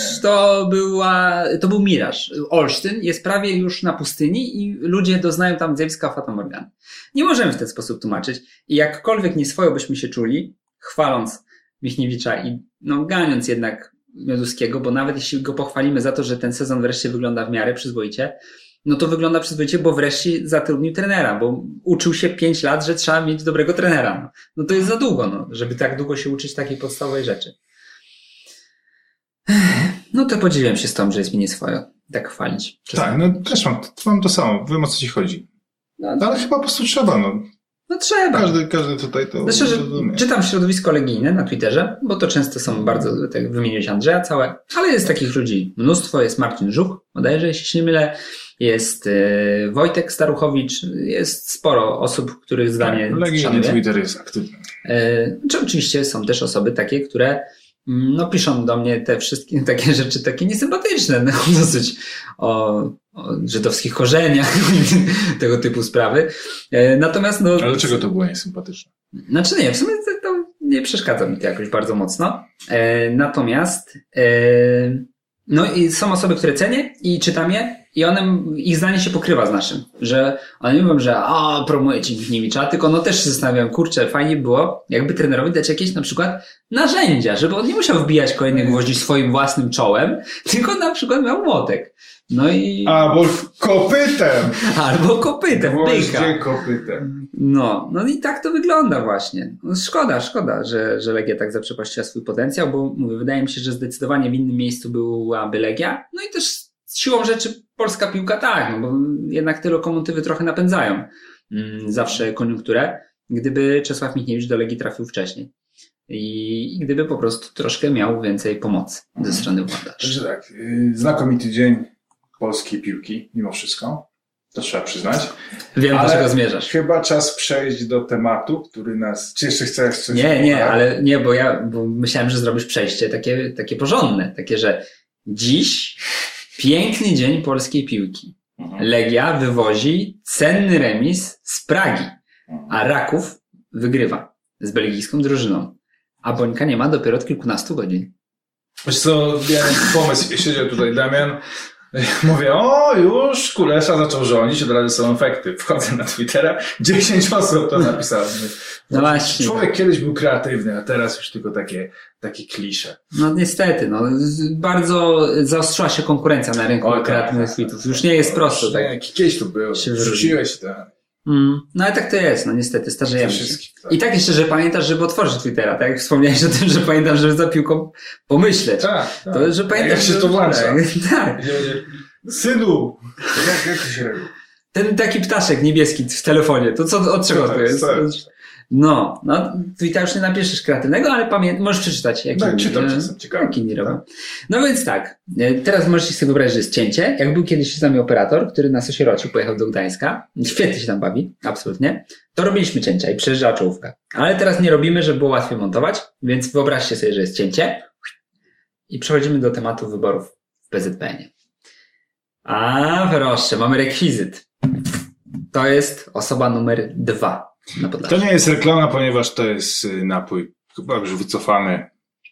To był miraż. Olsztyn jest prawie już na pustyni i ludzie doznają tam zjawiska fatamorgany. Nie możemy w ten sposób tłumaczyć. I jakkolwiek nieswojo byśmy się czuli, chwaląc Michniewicza i ganiąc jednak Mioduskiego, bo nawet jeśli go pochwalimy za to, że ten sezon wreszcie wygląda w miarę przyzwoicie, no to wygląda przyzwoicie, bo wreszcie zatrudnił trenera, bo uczył się 5 lat, że trzeba mieć dobrego trenera. No to jest za długo, żeby tak długo się uczyć takiej podstawowej rzeczy. No to podzieliłem się z tą, że jest mi nieswojo tak chwalić. Tak, no też mam to samo, wiem o co ci chodzi. No, ale chyba po prostu trzeba, No trzeba. Każdy tutaj to rozumie. Czytam środowisko legijne na Twitterze, bo to często są bardzo, tak wymieniłeś Andrzeja całe, ale jest takich ludzi mnóstwo, jest Marcin Żuk, bodajże, jeśli się nie mylę, jest Wojtek Staruchowicz, jest sporo osób, których zdanie legijny Twitter jest aktywny. Oczywiście są też osoby takie, które piszą do mnie te wszystkie takie rzeczy, takie niesympatyczne, dosyć o żydowskich korzeniach, tego typu sprawy. Natomiast Ale dlaczego to było niesympatyczne? Znaczy nie, w sumie to nie przeszkadza mi to jakoś bardzo mocno. Natomiast i są osoby, które cenię i czytam je i ich zdanie się pokrywa z naszym, że one nie mówią, że promujecie Michniewicza, tylko też się zastanawiam, kurczę, fajnie było, jakby trenerowi dać jakieś na przykład narzędzia, żeby on nie musiał wbijać kolejnych gwoździ swoim własnym czołem, tylko na przykład miał młotek. Albo kopytem. Albo kopytem, Gwoździe kopytem. No i tak to wygląda właśnie. Szkoda, że Legia tak zaprzepaściła swój potencjał, bo mówię, wydaje mi się, że zdecydowanie w innym miejscu byłaby Legia. No i też siłą rzeczy polska piłka tak, bo jednak te lokomotywy trochę napędzają zawsze koniunkturę, gdyby Czesław Michniewicz do Legii trafił wcześniej. I gdyby po prostu troszkę miał więcej pomocy ze strony włodarzy. Także tak, znakomity dzień polskiej piłki, mimo wszystko. To trzeba przyznać. Wiem, do czego zmierzasz. Chyba czas przejść do tematu, który nas... Czy jeszcze chcesz coś... Nie, bo myślałem, że zrobisz przejście takie porządne. Takie, że dziś piękny dzień polskiej piłki. Legia wywozi cenny remis z Pragi, a Raków wygrywa z belgijską drużyną. A Bońka nie ma dopiero od kilkunastu godzin. Wiesz co, miałem pomysł, siedział tutaj Damian, mówię, już Kulesza zaczął rządzić, od razu są efekty. Wchodzę na Twittera, 10 osób to napisało. No właśnie. Człowiek kiedyś był kreatywny, a teraz już tylko takie klisze. No niestety, bardzo zaostrzyła się konkurencja na rynku kreatywnych tweetów. Już nie jest prosto. Tak. Kiedyś to było, wrzuciłeś to. No ale tak to jest, no niestety, starzejemy się. Wszystkich, tak. I tak jeszcze, że pamiętasz, żeby otworzyć Twittera, tak jak wspomniałeś o tym, że pamiętam, żeby za piłką pomyśleć. Tak. To, że pamiętam, Jak się to włącza. Tak. Synu! Jak to się robi? Ten taki ptaszek niebieski w telefonie, to co, od czego to jest? No, Twittera już nie napiszesz kreatywnego, ale możesz przeczytać, jak inni, czytam czasem, ciekawe. jak inni robią. No więc tak, teraz możesz sobie wyobrazić, że jest cięcie. Jak był kiedyś z nami operator, który nas osierocił, pojechał do Gdańska, świetnie się tam bawi, absolutnie, to robiliśmy cięcia i przejeżdżała czołówka. Ale teraz nie robimy, żeby było łatwiej montować, więc wyobraźcie sobie, że jest cięcie i przechodzimy do tematu wyborów w PZPN-ie. A proszę, mamy rekwizyt. To jest osoba numer 2 na Podlasiu. To nie jest reklama, ponieważ to jest napój chyba już wycofany.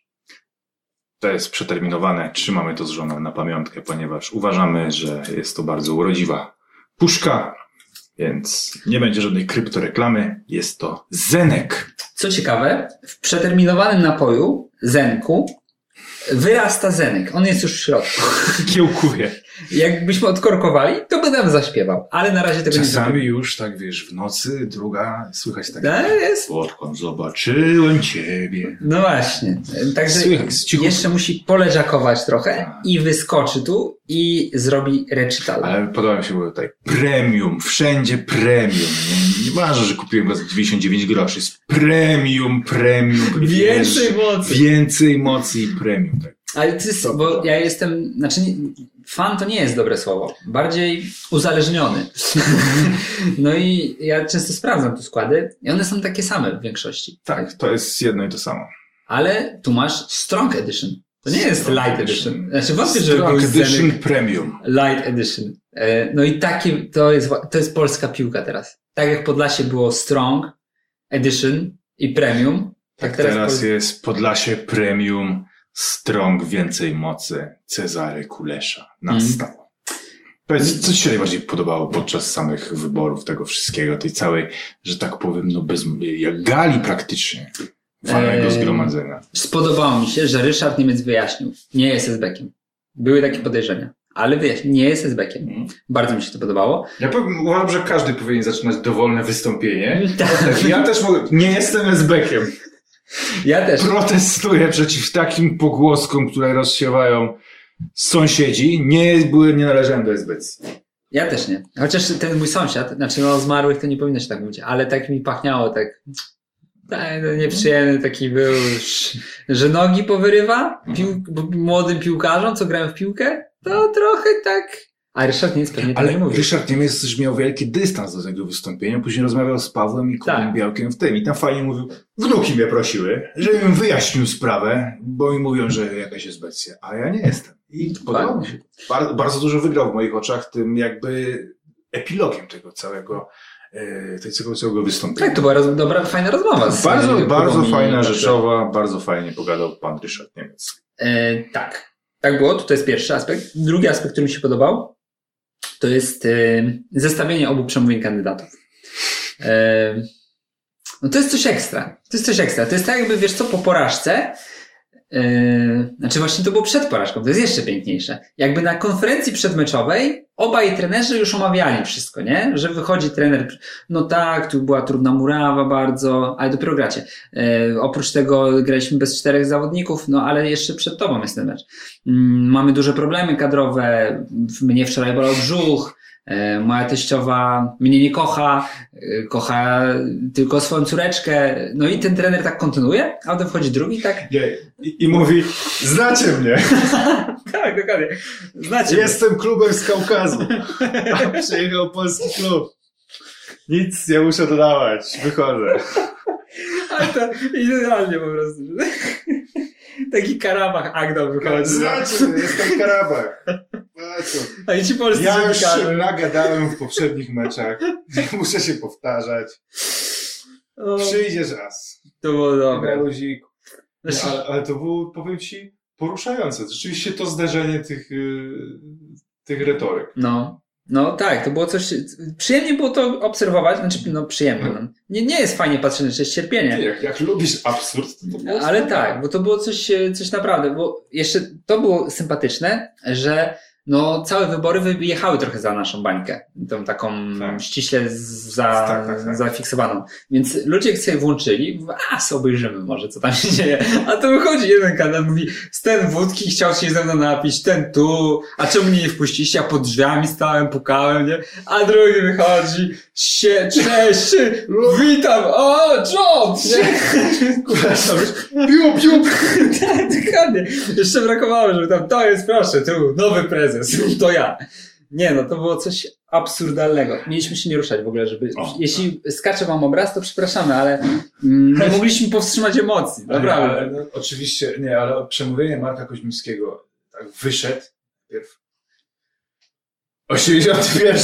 To jest przeterminowane. Trzymamy to z żoną na pamiątkę, ponieważ uważamy, że jest to bardzo urodziwa puszka, więc nie będzie żadnej kryptoreklamy. Jest to Zenek. Co ciekawe, w przeterminowanym napoju, Zenku, wyrasta Zenek. On jest już w środku. Kiełkuje. Jakbyśmy odkorkowali, to by nam zaśpiewał. Ale na razie tego nie Czasami zrobimy. już tak, wiesz, w nocy, druga, słychać takie. No, jest. Słodką, zobaczyłem ciebie. No właśnie. Także Słychać, cicho. jeszcze musi poleżakować trochę Tak. i wyskoczy tu i zrobi recital. Ale podoba mi się, było tutaj premium, wszędzie premium. Nie ważne, że kupiłem go za 99 groszy. Jest premium. Więcej wiesz, mocy. Więcej mocy i premium. Tak. Ale to jest, bo ja jestem, fan to nie jest dobre słowo. Bardziej uzależniony. No i ja często sprawdzam te składy i one są takie same w większości. Tak, to jest jedno i to samo. Ale tu masz Strong Edition. To nie jest Light Edition. Znaczy wątpię, że Strong był Edition Zenek Premium. Light Edition. No i takie, to jest polska piłka teraz. Tak jak Podlasie było Strong Edition i Premium. Tak Teraz jest Podlasie Premium, Strong, więcej mocy, Cezary Kulesza. Nastał. Powiedz, co ci się najbardziej podobało podczas samych wyborów tego wszystkiego, tej całej, że tak powiem, no jak gali praktycznie walnego zgromadzenia. Spodobało mi się, że Ryszard Niemiec wyjaśnił. Nie jest SB-kiem. Były takie podejrzenia. Ale wyjaśnił, nie jest SB-kiem. Bardzo mi się to podobało. Ja uważam, że każdy powinien zaczynać dowolne wystąpienie. Tak. Ja też mogę. Nie jestem SB-kiem. Ja też. Protestuję przeciw takim pogłoskom, które rozsiewają sąsiedzi. Nie należałem do SB-cji. Ja też nie. Chociaż ten mój sąsiad, znaczy o zmarłych to nie powinno się tak mówić, ale tak mi pachniało, tak nieprzyjemny taki był, że nogi powyrywa młodym piłkarzom, co grają w piłkę, to trochę tak. A Ryszard Niemiec pewnie tak nie Ale mówił. Ryszard Niemiec też miał wielki dystans do tego wystąpienia. Później rozmawiał z Pawłem i Kubą Białkiem w tym. I tam fajnie mówił, wnuki mnie prosiły, żebym im wyjaśnił sprawę, bo mi mówią, że jakaś jest bestia. A ja nie jestem. I podoba mi się. Bardzo dużo wygrał w moich oczach tym jakby epilogiem tego całego wystąpienia. Tak, to była dobra, fajna rozmowa. Bardzo fajna, rzeczowa, bardzo fajnie pogadał pan Ryszard Niemiec. Tak było, to jest pierwszy aspekt. Drugi aspekt, który mi się podobał, to jest zestawienie obu przemówień kandydatów. No to jest coś ekstra. To jest tak jakby, wiesz co, po porażce, znaczy właśnie to było przed porażką, to jest jeszcze piękniejsze. Jakby na konferencji przedmeczowej obaj trenerzy już omawiali wszystko, nie? Że wychodzi trener, no tak, tu była trudna murawa bardzo, ale dopiero gracie. Oprócz tego graliśmy bez 4 zawodników, no ale jeszcze przed tobą jest ten mecz. Mamy duże problemy kadrowe, mnie wczoraj bolał brzuch, moja teściowa mnie nie kocha, kocha tylko swoją córeczkę, no i ten trener tak kontynuuje, a potem wchodzi drugi tak. I mówi, znacie mnie. Tak, dokładnie. Znacie Jestem klubem z Kaukazu. A przyjechał polski klub. Nic nie muszę dodawać. Wychodzę. Ale to idealnie po prostu. Taki Karabach Agdał wychodzi. Znacie mnie, jestem Karabach. A i ci polscy ja już dziennikarze. się nagadałem w poprzednich meczach. Nie muszę się powtarzać. Przyjdzie czas. To było dobre. Luzik. Ale to było, powiem ci, poruszające. Rzeczywiście to zderzenie tych retoryk. No tak, to było coś, przyjemnie było to obserwować, znaczy przyjemnie. No. Nie jest fajnie patrzeć, że jest cierpienie. Jak lubisz absurd, to było ale tak, bo to było coś naprawdę, bo jeszcze to było sympatyczne, że no całe wybory wyjechały trochę za naszą bańkę. Tą taką ściśle zafiksowaną. Więc ludzie sobie włączyli, sobie obejrzymy może, co tam się dzieje. A to wychodzi jeden kanał, mówi, ten wódki chciał się ze mną napić, ten tu, a czemu mnie nie wpuściliście? Ja pod drzwiami stałem, pukałem, nie? A drugi wychodzi, cześć, witam, John! Piu! Tak, dokładnie. Jeszcze brakowało, żeby tam, to jest, proszę, tu, nowy prezes, to ja. Nie, no to było coś absurdalnego. Mieliśmy się nie ruszać w ogóle, żeby... Jeśli skacze wam obraz, to przepraszamy, ale nie mogliśmy powstrzymać emocji. Naprawdę. Ale oczywiście, nie, ale przemówienie Marka Koźmińskiego tak wyszedł. 81.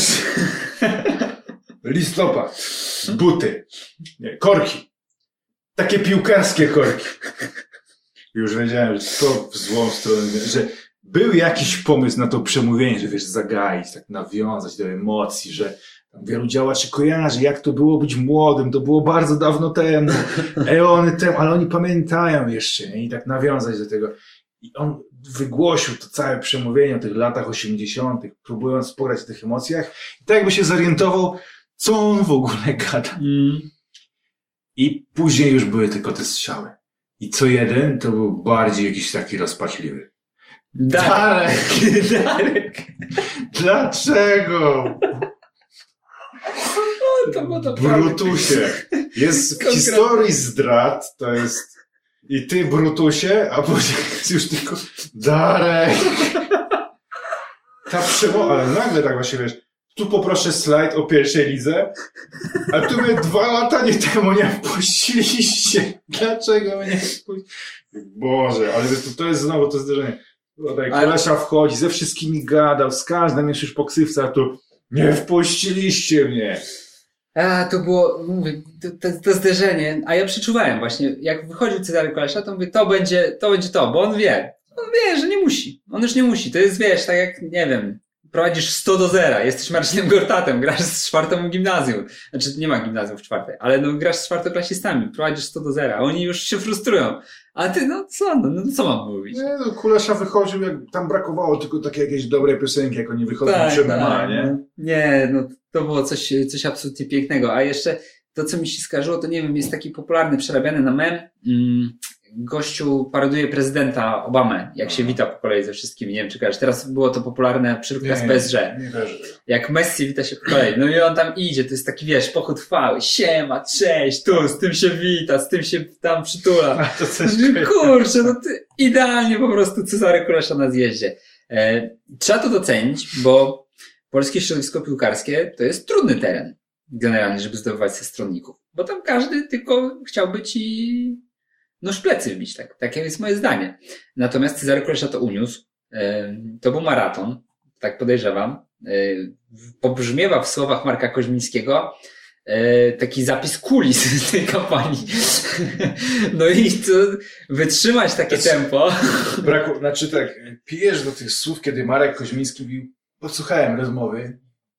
Listopad. Buty. Nie, korki. Takie piłkarskie korki. Już wiedziałem, że to w złą stronę, że był jakiś pomysł na to przemówienie, że wiesz, zagaić, tak nawiązać do emocji, że tam wielu działaczy kojarzy, jak to było być młodym, to było bardzo dawno temu, eony temu, ale oni pamiętają jeszcze, nie? I tak nawiązać do tego. I on wygłosił to całe przemówienie o tych latach 80., próbując pograć o tych emocjach i tak jakby się zorientował, co on w ogóle gada. I później już były tylko te strzały. I co jeden to był bardziej jakiś taki rozpaczliwy. Darek! Dlaczego? To było to Brutusie. Jest w historii zdrad, to jest i ty Brutusie, a później jest już tylko Darek. Ta przemowa, ale nagle tak właśnie wiesz, tu poproszę slajd o pierwszej lidze, a tu mnie 2 lata temu nie wpuściliście. Dlaczego mnie nie wpuściliście? Boże, ale to jest znowu to zderzenie. Tutaj Kulesza wchodzi, ze wszystkimi gadał, z każdym jest już po ksywce, a tu nie wpuściliście mnie. To było, mówię, to zderzenie, a ja przeczuwałem właśnie, jak wychodził Cezary Kulesza, to mówię, to będzie to, bo on wie, że nie musi, on już nie musi, to jest, wiesz, tak jak, nie wiem, prowadzisz 100-0, jesteś Marcinem Gortatem, grasz z 4. gimnazjum, znaczy nie ma gimnazjum w 4, ale no grasz z 4-klasistami, prowadzisz 100-0, oni już się frustrują, a ty, co mam mówić? Nie, no Kulesza wychodził, jak tam brakowało tylko takie jakieś dobre piosenki, jak oni wychodzą przy MMA, nie? Nie, no to było coś absolutnie pięknego, a jeszcze to, co mi się skarżyło, to nie wiem, jest taki popularny, przerabiany na mem, gościu paroduje prezydenta Obamę, jak się wita po kolei ze wszystkimi, nie wiem czy kojarzysz, teraz było to popularne przyróbka z PSG. Nie wierzę. Jak Messi wita się po kolei, no i on tam idzie, to jest taki, wiesz, pochód chwały, siema, cześć, tu, z tym się wita, z tym się tam przytula. Kurczę, no ty, idealnie po prostu Cezary Kulesza na zjeździe. Trzeba to docenić, bo polskie środowisko piłkarskie to jest trudny teren generalnie, żeby zdobywać ze stronników, bo tam każdy tylko chciał być i nóż w plecy wbić, takie jest moje zdanie. Natomiast Cezary Kulesza to uniósł, to był maraton, tak podejrzewam, pobrzmiewa w słowach Marka Koźmińskiego taki zapis kulis tej kampanii. No i to wytrzymać takie tempo. Znaczy tak, pijesz do tych słów, kiedy Marek Koźmiński mówił, podsłuchałem rozmowy.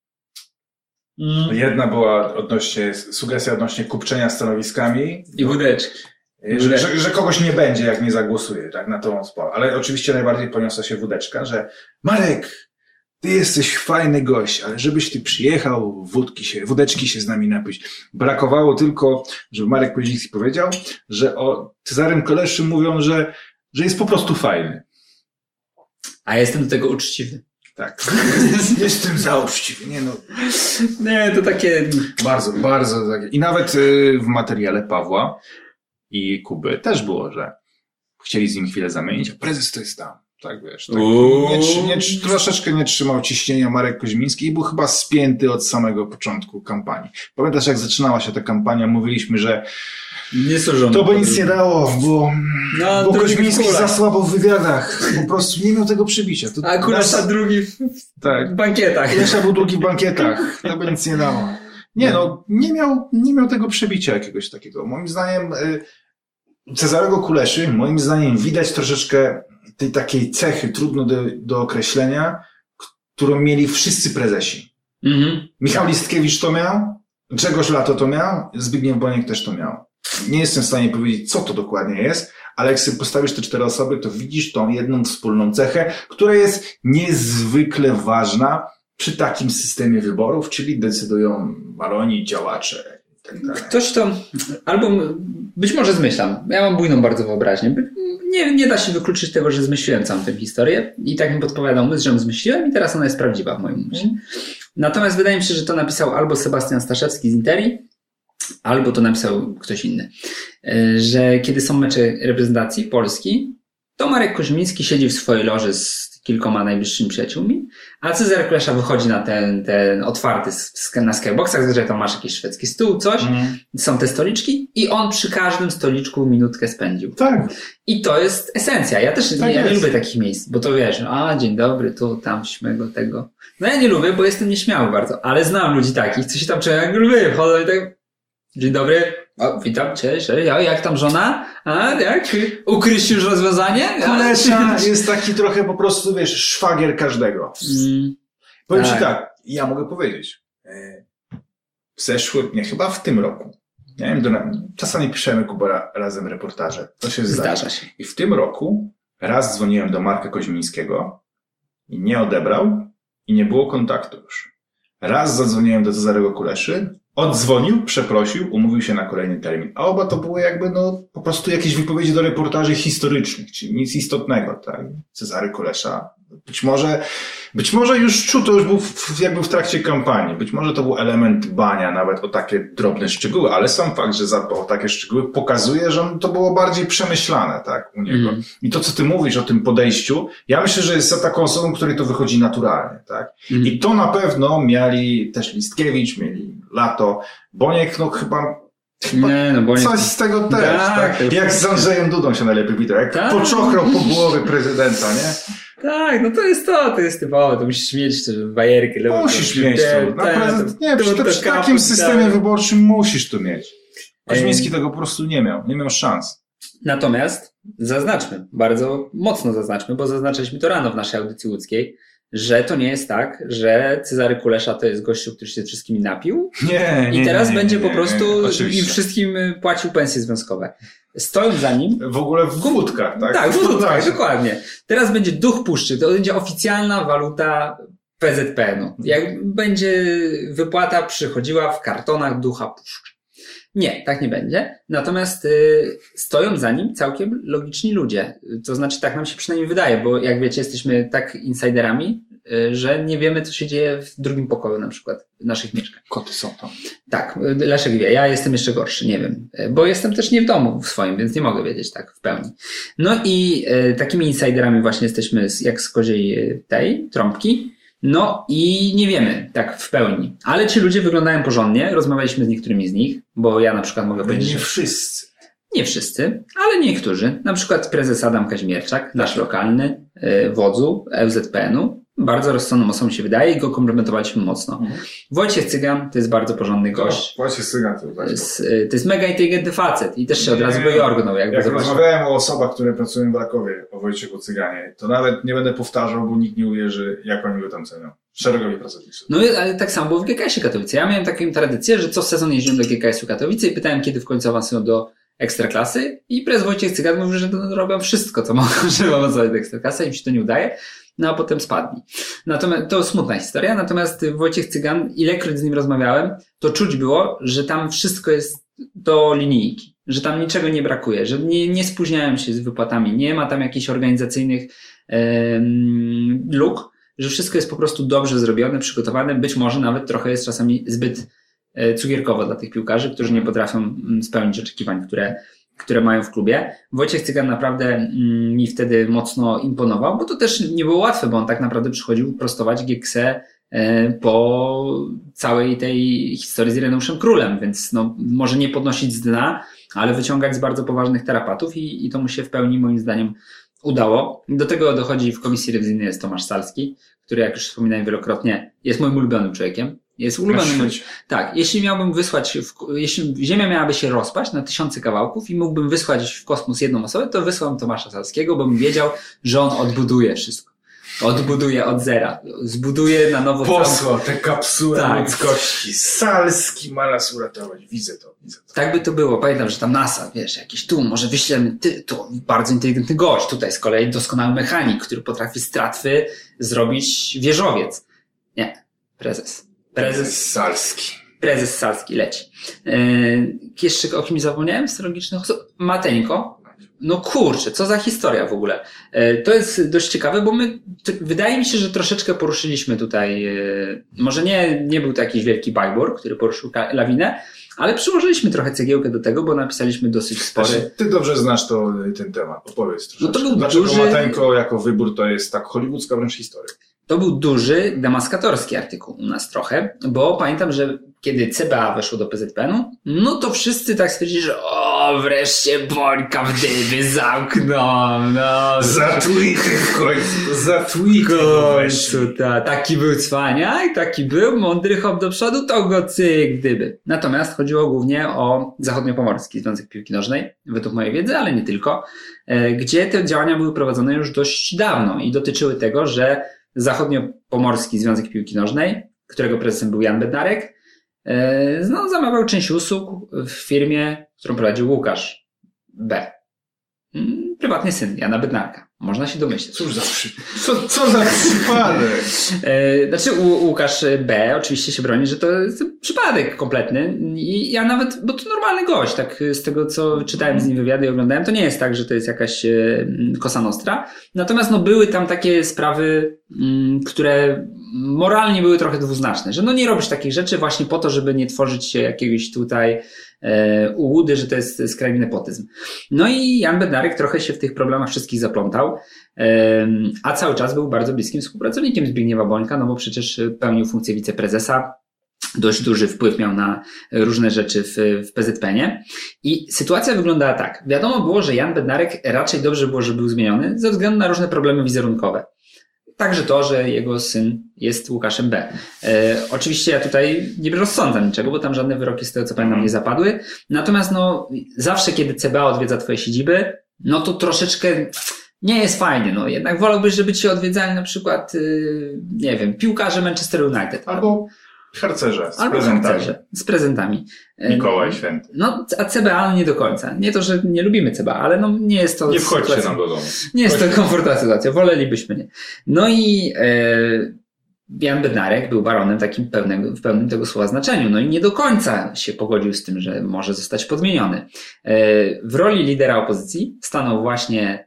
Jedna była sugestia odnośnie kupczenia stanowiskami. I wódeczki. Że kogoś nie będzie, jak nie zagłosuje, tak, na tą sprawę. Ale oczywiście najbardziej poniosła się wódeczka, że Marek, ty jesteś fajny gość, ale żebyś ty przyjechał, wódeczki się z nami napić. Brakowało tylko, żeby Marek Koźmiński powiedział, że o Cezarym Kuleszy mówią, że jest po prostu fajny. A jestem do tego uczciwy. Tak. Jestem za uczciwy. Nie, to takie... Bardzo, bardzo takie. I nawet w materiale Pawła i Kuby też było, że chcieli z nim chwilę zamienić, a prezes to jest tam. Tak, wiesz. Tak, troszeczkę nie trzymał ciśnienia Marek Koźmiński i był chyba spięty od samego początku kampanii. Pamiętasz, jak zaczynała się ta kampania, mówiliśmy, że to by nic nie dało, bo Koźmiński za słabo w wywiadach. Po prostu nie miał tego przybicia. A Kulesza drugi w bankietach. Kulesza był drugi w bankietach. To by nic nie dało. Nie miał tego przebicia jakiegoś takiego. Moim zdaniem Cezarego Kuleszy, moim zdaniem widać troszeczkę tej takiej cechy, trudno do określenia, którą mieli wszyscy prezesi. Michał Listkiewicz to miał, Grzegorz Lato to miał, Zbigniew Boniek też to miał. nie jestem w stanie powiedzieć, co to dokładnie jest, ale jak sobie postawisz te 4 osoby, to widzisz tą jedną wspólną cechę, która jest niezwykle ważna przy takim systemie wyborów, czyli decydują baroni, działacze i tak dalej. Ktoś to, albo być może zmyślam, ja mam bujną bardzo wyobraźnię, nie da się wykluczyć tego, że zmyśliłem całą tę historię i tak mi podpowiadał umysł, że ją zmyśliłem i teraz ona jest prawdziwa w moim umyśle. Natomiast wydaje mi się, że to napisał albo Sebastian Staszewski z Interi, albo to napisał ktoś inny, że kiedy są mecze reprezentacji Polski, to Marek Koźmiński siedzi w swojej loży z kilkoma najbliższymi przyjaciółmi, a Cezary Kulesza wychodzi na ten otwarty na skyboxach, zazwyczaj tam masz jakiś szwedzki stół, coś, są te stoliczki i on przy każdym stoliczku minutkę spędził. Tak. I to jest esencja. Ja też Tak nie lubię takich miejsc, bo to wiesz, dzień dobry, tu, tam, śmego, tego. No ja nie lubię, bo jestem nieśmiały bardzo, ale znam ludzi takich, co się tam czują jak lwy, wchodzą i tak, dzień dobry, witam cię, jak tam żona? Jak? Ukryć już rozwiązanie? Kulesza jest taki trochę po prostu, wiesz, szwagier każdego. Powiem ci tak, ja mogę powiedzieć, chyba w tym roku, nie wiem, czasami piszemy, Kuba, razem reportaże, to się zdarza się. I w tym roku raz dzwoniłem do Marka Koźmińskiego i nie odebrał i nie było kontaktu już. Raz zadzwoniłem do Cezarego Kuleszy, oddzwonił, przeprosił, umówił się na kolejny termin. A oba to były jakby, po prostu jakieś wypowiedzi do reportaży historycznych, czyli nic istotnego, tak? Cezary Kulesza. Być może już to już był jakby w trakcie kampanii. Być może to był element dbania nawet o takie drobne szczegóły, ale sam fakt, że o takie szczegóły pokazuje, że to było bardziej przemyślane, tak, u niego. I to, co ty mówisz o tym podejściu, ja myślę, że jest taką osobą, której to wychodzi naturalnie, tak? I to na pewno mieli też Listkiewicz, mieli Lato, Boniek, chyba Boniek... coś z tego też, tak? Jak z Andrzejem Dudą się najlepiej widać, jak poczochrał po głowie prezydenta, nie? Tak, to jest typowe, to musisz mieć bajerkę. Musisz mieć to. Przy takim systemie wyborczym musisz to mieć. Koźmiński tego po prostu nie miał szans. Natomiast bardzo mocno zaznaczmy, bo zaznaczyliśmy to rano w naszej audycji łódzkiej, że to nie jest tak, że Cezary Kulesza to jest gościu, który się ze wszystkimi napił i teraz będzie po prostu im wszystkim płacił pensje związkowe. Stoją za nim... W ogóle w wódkach, tak? Tak, w wódkach, dokładnie. Teraz będzie duch puszczy, to będzie oficjalna waluta PZPN-u. Jak będzie wypłata przychodziła w kartonach ducha puszczy. Nie, tak nie będzie. Natomiast stoją za nim całkiem logiczni ludzie. To znaczy, tak nam się przynajmniej wydaje, bo jak wiecie, jesteśmy tak insiderami, że nie wiemy, co się dzieje w drugim pokoju na przykład naszych mieszkań. Koty są tam. Tak, Leszek wie, ja jestem jeszcze gorszy, nie wiem, bo jestem też nie w domu w swoim, więc nie mogę wiedzieć tak w pełni. No i takimi insiderami właśnie jesteśmy jak z koziej tej trąbki, no i nie wiemy tak w pełni, ale ci ludzie wyglądają porządnie, rozmawialiśmy z niektórymi z nich, bo ja na przykład mogę powiedzieć... Nie wszyscy, ale niektórzy, na przykład prezes Adam Kazimierczak, nasz lokalny wodzu LZPN-u, bardzo rozsądną osobą się wydaje i go komplementowaliśmy mocno. Wojciech Cygan to jest bardzo porządny gość. Wojciech Cygan to jest mega inteligentny facet i też się od razu go jorgnął. Jak rozmawiałem o osobach, które pracują w Rakowie, o Wojciechu Cyganie, to nawet nie będę powtarzał, bo nikt nie uwierzy, jak oni go tam cenią. Szeregowi pracownicy. No ale tak samo było w GKS-ie Katowice. Ja miałem taką tradycję, że co sezon jeździłem do GKS-u Katowice i pytałem, kiedy w końcu awansują do Ekstraklasy i prezes Wojciech Cygan mówił, że robią wszystko, co mogą, żeby awansować do Ekstraklasy i mi się to nie udaje. No a potem spadli. Natomiast to smutna historia, natomiast Wojciech Cygan, ilekroć z nim rozmawiałem, to czuć było, że tam wszystko jest do linijki, że tam niczego nie brakuje, że nie spóźniają się z wypłatami, nie ma tam jakichś organizacyjnych luk, że wszystko jest po prostu dobrze zrobione, przygotowane, być może nawet trochę jest czasami zbyt cukierkowo dla tych piłkarzy, którzy nie potrafią spełnić oczekiwań, które mają w klubie. Wojciech Cygan naprawdę mi wtedy mocno imponował, bo to też nie było łatwe, bo on tak naprawdę przychodził prostować GKS-ę po całej tej historii z Ireneuszem Królem, więc może nie podnosić z dna, ale wyciągać z bardzo poważnych tarapatów i to mu się w pełni moim zdaniem udało. Do tego dochodzi w komisji rewizyjnej jest Tomasz Salski, który, jak już wspominałem wielokrotnie, jest moim ulubionym człowiekiem. Jest ulubionym. Tak, jeśli Ziemia miałaby się rozpaść na 1000 kawałków i mógłbym wysłać w kosmos jedną osobę, to wysłałem Tomasza Salskiego, bo bym wiedział, że on odbuduje wszystko. Odbuduje od zera. Zbuduje na nowo Posłał te kapsuły Tak. ludzkości. Salski ma nas uratować. Widzę to. Tak by to było. Pamiętam, że tam NASA, wiesz, jakiś tu, może wyślemy to bardzo inteligentny gość. Tutaj z kolei doskonały mechanik, który potrafi z tratwy zrobić wieżowiec. Nie. Prezes Salski leci. Jeszcze o kimś zapomniałem z logicznych osób? Mateńko. No kurczę, co za historia w ogóle. To jest dość ciekawe, bo wydaje mi się, że troszeczkę poruszyliśmy tutaj, może nie był to jakiś wielki bajbor, który poruszył lawinę, ale przyłożyliśmy trochę cegiełkę do tego, bo napisaliśmy dosyć spory... Ty dobrze znasz ten temat. Opowiedz troszeczkę. No to był Dlaczego duży... Mateńko jako wybór to jest tak hollywoodzka wręcz historia? To był duży demaskatorski artykuł u nas trochę, bo pamiętam, że kiedy CBA weszło do PZPN-u, no to wszyscy tak stwierdzili, że wreszcie Bońka w dyby zamknął, no. Za tweety w końcu. Taki był cwaniak, taki był mądry hop do przodu, to go cyk dyby. Natomiast chodziło głównie o Zachodniopomorski Związek Piłki Nożnej, według mojej wiedzy, ale nie tylko, gdzie te działania były prowadzone już dość dawno i dotyczyły tego, że Zachodniopomorski Związek Piłki Nożnej, którego prezesem był Jan Bednarek, zamawiał część usług w firmie, którą prowadził Łukasz B. Prywatny syn Jana Bednarka. Można się domyśleć. Co za przypadek? Znaczy Łukasz B. oczywiście się broni, że to jest przypadek kompletny i ja nawet, bo to normalny gość, tak z tego co czytałem z nim wywiady i oglądałem, to nie jest tak, że to jest jakaś Cosa Nostra. Natomiast były tam takie sprawy, które moralnie były trochę dwuznaczne, że nie robisz takich rzeczy właśnie po to, żeby nie tworzyć jakiegoś tutaj ułudy, że to jest skrajny nepotyzm. No i Jan Bednarek trochę się w tych problemach wszystkich zaplątał, a cały czas był bardzo bliskim współpracownikiem Zbigniewa Bońka, bo przecież pełnił funkcję wiceprezesa, dość duży wpływ miał na różne rzeczy w PZPN-ie. I sytuacja wyglądała tak. Wiadomo było, że Jan Bednarek raczej dobrze było, że był zmieniony ze względu na różne problemy wizerunkowe. Także to, że jego syn jest Łukaszem B. Oczywiście ja tutaj nie rozsądzam niczego, bo tam żadne wyroki z tego co pamiętam nie zapadły. Natomiast zawsze kiedy CBA odwiedza twoje siedziby, to troszeczkę nie jest fajnie. Jednak wolałbyś, żeby ci odwiedzali na przykład, nie wiem, piłkarze Manchester United. Albo harcerze z prezentami. Mikołaj Święty. A CBA nie do końca. Nie to, że nie lubimy CBA, ale nie jest to... Nie wchodźcie nam do domu. Nie jest to komfortowa sytuacja. Wolelibyśmy nie. I Jan Bednarek był baronem takim w pełnym tego słowa znaczeniu. I nie do końca się pogodził z tym, że może zostać podmieniony. W roli lidera opozycji stanął właśnie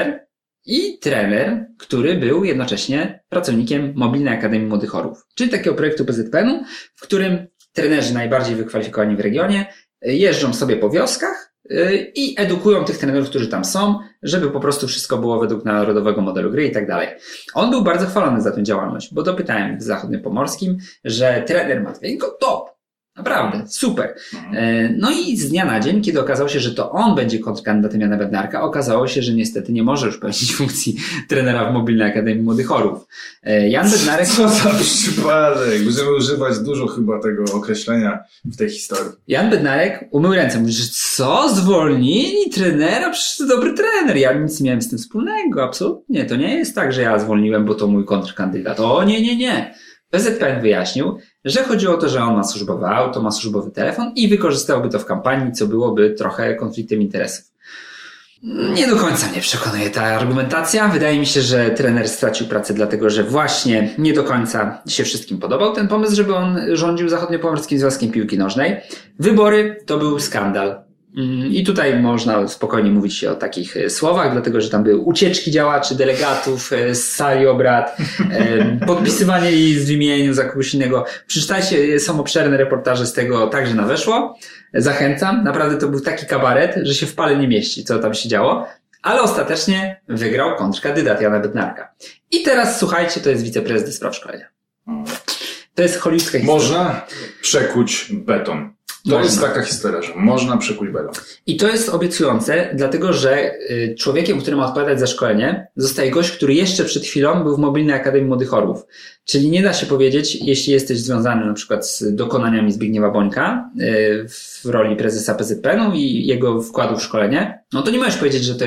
trener, który był jednocześnie pracownikiem Mobilnej Akademii Młodych Orłów, czyli takiego projektu PZPN-u, w którym trenerzy najbardziej wykwalifikowani w regionie jeżdżą sobie po wioskach i edukują tych trenerów, którzy tam są, żeby po prostu wszystko było według narodowego modelu gry i tak dalej. On był bardzo chwalony za tę działalność, bo dopytałem w Zachodniopomorskim, że trener Matwiejko top. Naprawdę, super. I z dnia na dzień, kiedy okazało się, że to on będzie kontrkandydatem Jana Bednarka, okazało się, że niestety nie może już pełnić funkcji trenera w Mobilnej Akademii Młodych Orłów. Jan Bednarek... Co za przypadek? Będziemy używać dużo chyba tego określenia w tej historii. Jan Bednarek umył ręce. Mówi, że co? Zwolnili trenera? Przecież to dobry trener. Ja nic nie miałem z tym wspólnego. Absolutnie. To nie jest tak, że ja zwolniłem, bo to mój kontrkandydat. O nie. PZPN wyjaśnił, że chodziło o to, że on ma służbowe auto, ma służbowy telefon i wykorzystałby to w kampanii, co byłoby trochę konfliktem interesów. Nie do końca mnie przekonuje ta argumentacja. Wydaje mi się, że trener stracił pracę dlatego, że właśnie nie do końca się wszystkim podobał ten pomysł, żeby on rządził Zachodniopomorskim Związkiem Piłki Nożnej. Wybory to był skandal. I tutaj można spokojnie mówić o takich słowach, dlatego że tam były ucieczki działaczy, delegatów z sali obrad, podpisywanie list w imieniu za kogoś innego. Przeczytajcie, są obszerne reportaże z tego także na Weszło. Zachęcam. Naprawdę to był taki kabaret, że się w pale nie mieści, co tam się działo. Ale ostatecznie wygrał kontrkandydat Jana Bednarka. I teraz słuchajcie, to jest wiceprezes do spraw szkolenia. To jest hollywoodzka historia. Można przekuć beton. To jest taka historia, że można przekuć beton. I to jest obiecujące, dlatego że człowiekiem, który ma odpowiadać za szkolenie, zostaje gość, który jeszcze przed chwilą był w Mobilnej Akademii Młodych Orłów. Czyli nie da się powiedzieć, jeśli jesteś związany na przykład z dokonaniami Zbigniewa Bońka w roli prezesa PZPN-u i jego wkładu w szkolenie, to nie możesz powiedzieć, że to jest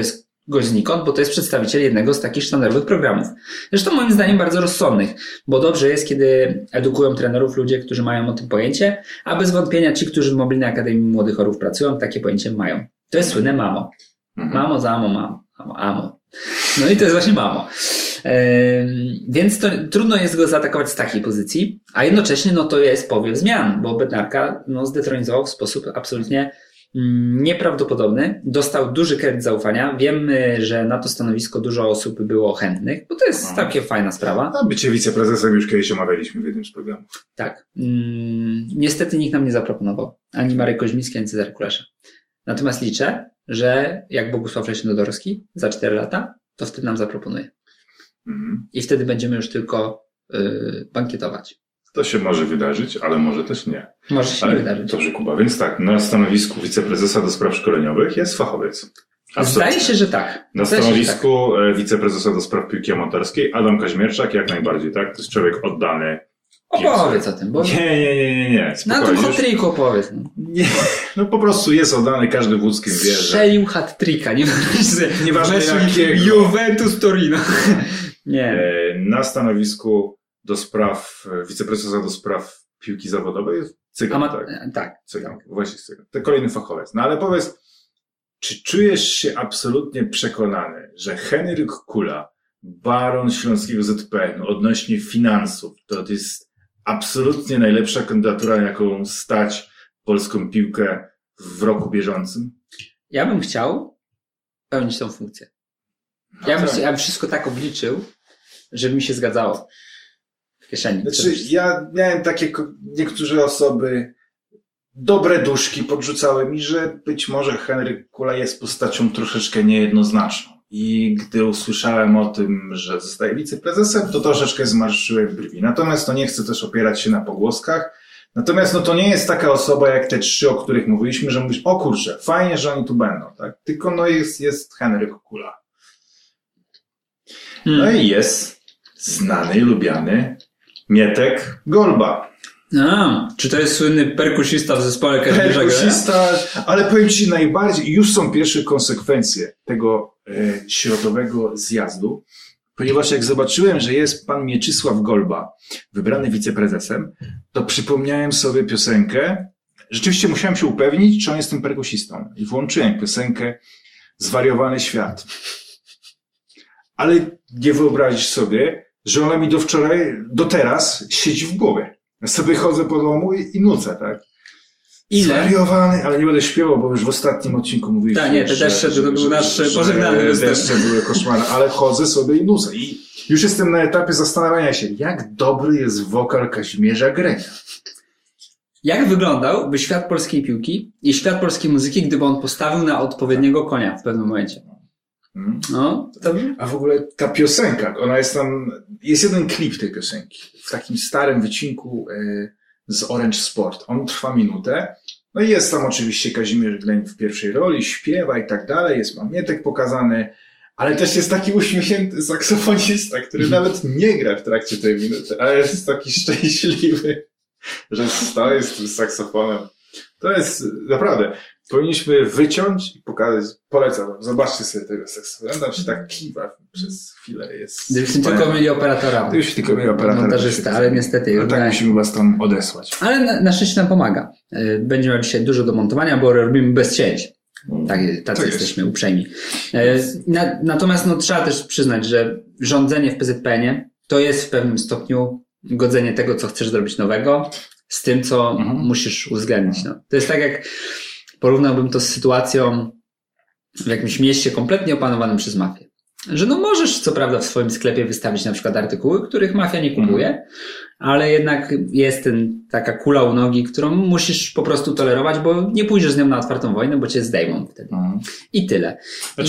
gość znikąd, bo to jest przedstawiciel jednego z takich sztandarowych programów. Zresztą moim zdaniem bardzo rozsądnych, bo dobrze jest, kiedy edukują trenerów ludzie, którzy mają o tym pojęcie, a bez wątpienia ci, którzy w Mobilnej Akademii Młodych Orłów pracują, takie pojęcie mają. To jest słynne MAMO. Mamo za amo. No i to jest właśnie MAMO. Więc to trudno jest go zaatakować z takiej pozycji, a jednocześnie no to jest powiew zmian, bo Bednarka zdetronizował w sposób absolutnie nieprawdopodobny. Dostał duży kredyt zaufania. Wiemy, że na to stanowisko dużo osób było chętnych, bo to jest całkiem fajna sprawa. A bycie wiceprezesem już kiedyś omawialiśmy w jednym z programów. Tak. Niestety nikt nam nie zaproponował. Ani Marek Koźmicki, ani Cezary Kulesza. Natomiast liczę, że jak Bogusław Leśnodorski za 4 lata, to wtedy nam zaproponuje. I wtedy będziemy już tylko bankietować. To się może wydarzyć, ale może też nie. Może się nie wydarzyć. Dobrze, Kuba. Więc tak, na stanowisku wiceprezesa do spraw szkoleniowych jest fachowiec. Zdaje się, że tak. Na stanowisku wiceprezesa do spraw piłki amatorskiej Adam Kaźmierczak jak najbardziej, tak? To jest człowiek oddany. Opowiedz o tym, bo... Nie. Na tym hat-tricku opowiedz. Nie, no po prostu jest oddany, każdy wódzkim wie, że... Strzelił hat-tricka, Nieważne jakiego. Juventus Torino. Nie. Na stanowisku do spraw, wiceprezesa do spraw piłki zawodowej jest Cygan, tak? Tak. Cygan, właśnie Cygan. To kolejny fachowiec. No ale powiedz, czy czujesz się absolutnie przekonany, że Henryk Kula, baron Śląskiego ZPN odnośnie finansów, to jest absolutnie najlepsza kandydatura, na jaką stać polską piłkę w roku bieżącym? Ja bym chciał pełnić tą funkcję. Ja bym wszystko tak obliczył, żeby mi się zgadzało w kieszeni. Znaczy, ja miałem takie, niektóre osoby, dobre duszki podrzucały mi, że być może Henryk Kula jest postacią troszeczkę niejednoznaczną. I gdy usłyszałem o tym, że zostaje wiceprezesem, to troszeczkę zmarszyłem brwi. Natomiast nie chcę też opierać się na pogłoskach. Natomiast to nie jest taka osoba jak te 3, o których mówiliśmy, że mówisz, o kurczę, fajnie, że oni tu będą, tak? Tylko jest Henryk Kula. No i jest znany i lubiany Mietek Golba. Czy to jest słynny perkusista w zespole Kazimierza Gera? Perkusista, ale powiem Ci najbardziej, już są pierwsze konsekwencje tego środowego zjazdu, ponieważ jak zobaczyłem, że jest pan Mieczysław Golba wybrany wiceprezesem, to przypomniałem sobie piosenkę. Rzeczywiście musiałem się upewnić, czy on jest tym perkusistą. I włączyłem piosenkę Zwariowany świat. Ale nie wyobrazisz sobie, że ona mi do teraz siedzi w głowie. Ja sobie chodzę po domu i nucę, tak? Ile? Zwariowany, ale nie będę śpiewał, bo już w ostatnim odcinku mówiliśmy. Tak, nie, te deszcze to był nasz pożegnany występ. Deszcze były koszmarne, ale chodzę sobie i nucę. I już jestem na etapie zastanawiania się, jak dobry jest wokal Kazimierza Grenia. Jak wyglądałby świat polskiej piłki i świat polskiej muzyki, gdyby on postawił na odpowiedniego konia w pewnym momencie? A w ogóle ta piosenka, ona jest tam, jest jeden klip tej piosenki w takim starym wycinku z Orange Sport. On trwa minutę. No i jest tam oczywiście Kazimierz Gleń w pierwszej roli, śpiewa i tak dalej, jest Mietek pokazany, ale też jest taki uśmiechnięty saksofonista, który nawet nie gra w trakcie tej minuty, ale jest taki szczęśliwy, że stoi z tym saksofonem. To jest naprawdę, powinniśmy wyciąć i pokazać, polecam, zobaczcie sobie tego saksofonu. Tam się tak kiwa przez chwilę. Gdybyśmy tylko mieli operatora. Gdybyśmy tylko mieli operatora. Montażysta, ale niestety. No tak musimy was tam odesłać. Ale na szczęście nam pomaga. Będziemy miał dzisiaj dużo do montowania, bo robimy bez cięć. Tacy jesteśmy uprzejmi. Natomiast trzeba też przyznać, że rządzenie w PZPN-ie to jest w pewnym stopniu godzenie tego, co chcesz zrobić nowego, z tym, co musisz uwzględnić. To jest tak, jak porównałbym to z sytuacją w jakimś mieście kompletnie opanowanym przez mafię. Że możesz co prawda w swoim sklepie wystawić na przykład artykuły, których mafia nie kupuje, ale jednak jest taka kula u nogi, którą musisz po prostu tolerować, bo nie pójdziesz z nią na otwartą wojnę, bo cię zdejmą wtedy. I tyle.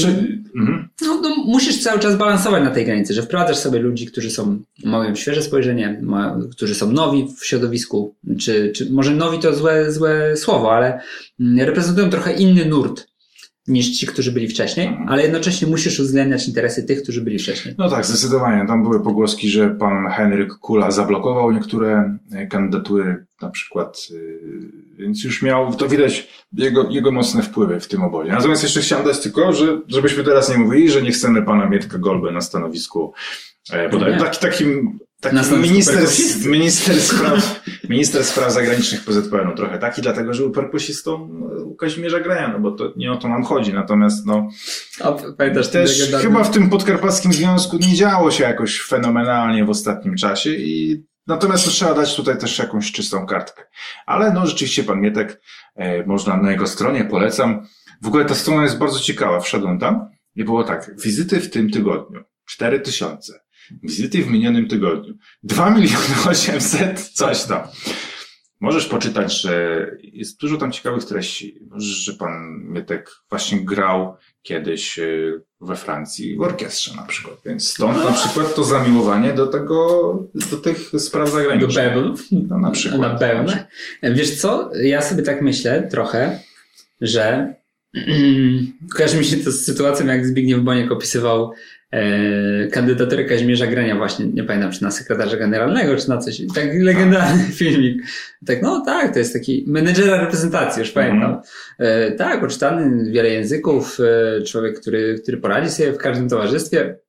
Musisz cały czas balansować na tej granicy, że wprowadzasz sobie ludzi, którzy mają świeże spojrzenie, którzy są nowi w środowisku, czy może nowi to złe słowo, ale reprezentują trochę inny nurt niż ci, którzy byli wcześniej, ale jednocześnie musisz uwzględniać interesy tych, którzy byli wcześniej. No tak, zdecydowanie. Tam były pogłoski, że pan Henryk Kula zablokował niektóre kandydatury, na przykład, więc już miał, to widać jego mocne wpływy w tym obozie. Natomiast jeszcze chciałem dać tylko, żebyśmy teraz nie mówili, że nie chcemy pana Mietka Golby na stanowisku, takim minister spraw zagranicznych PZPN-u trochę taki, dlatego, że był perkusistą u Kazimierza Grania, no bo to nie o to nam chodzi, natomiast pamiętasz, też chyba w tym podkarpackim związku nie działo się jakoś fenomenalnie w ostatnim czasie i natomiast to trzeba dać tutaj też jakąś czystą kartkę. Ale rzeczywiście pan Mietek, można na jego stronie, polecam. W ogóle ta strona jest bardzo ciekawa, wszedłem tam i było tak, wizyty w tym tygodniu, 4000. Wizyty w minionym tygodniu. 2 800 coś tam. Możesz poczytać, że jest dużo tam ciekawych treści. Że pan Mietek właśnie grał kiedyś we Francji w orkiestrze na przykład. Więc stąd na przykład to zamiłowanie do tych spraw zagranicznych. Do Bebel. No, na przykład. Na pełne. Wiesz co? Ja sobie tak myślę trochę, że kojarzy mi się to z sytuacją, jak Zbigniew Boniek opisywał kandydaturę Kazimierza Grania właśnie, nie pamiętam, czy na sekretarza generalnego, czy na coś, tak legendarny filmik. Tak, tak, to jest taki menedżera reprezentacji, już pamiętam. Tak, uczytany, wiele języków, człowiek, który poradzi sobie w każdym towarzystwie.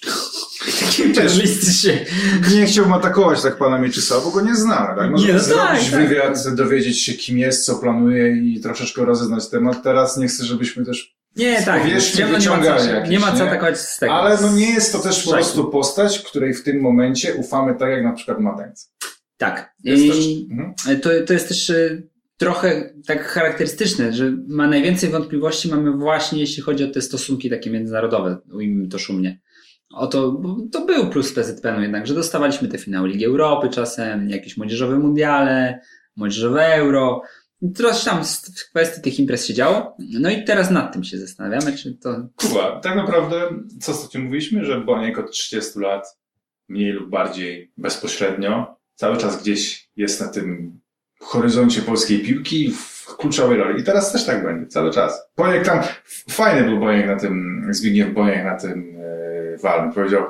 Nie chciałbym atakować tak pana Mieczysa, bo go nie znamy. Tak? Może zrobić wywiad, dowiedzieć się, kim jest, co planuje i troszeczkę rozeznać temat. Teraz nie chcę, żebyśmy też nie ma co atakować z tego. Ale nie jest to też po prostu postać, której w tym momencie ufamy tak jak na przykład Matańca. Tak. To jest też trochę tak charakterystyczne, że najwięcej wątpliwości mamy właśnie jeśli chodzi o te stosunki takie międzynarodowe, ujmijmy to szumnie. To był plus PZPN-u jednak, że dostawaliśmy te finały Ligi Europy czasem, jakieś młodzieżowe mundiale, młodzieżowe Euro. Troszkę tam w kwestii tych imprez się działo. No i teraz nad tym się zastanawiamy, czy to... Kuba, tak naprawdę, co ostatnio mówiliśmy, że Boniek od 30 lat, mniej lub bardziej bezpośrednio, cały czas gdzieś jest na tym horyzoncie polskiej piłki w kluczowej roli. I teraz też tak będzie, cały czas. Boniek tam, fajny był Boniek na tym, Zbigniew Boniek na tym walnym. Powiedział,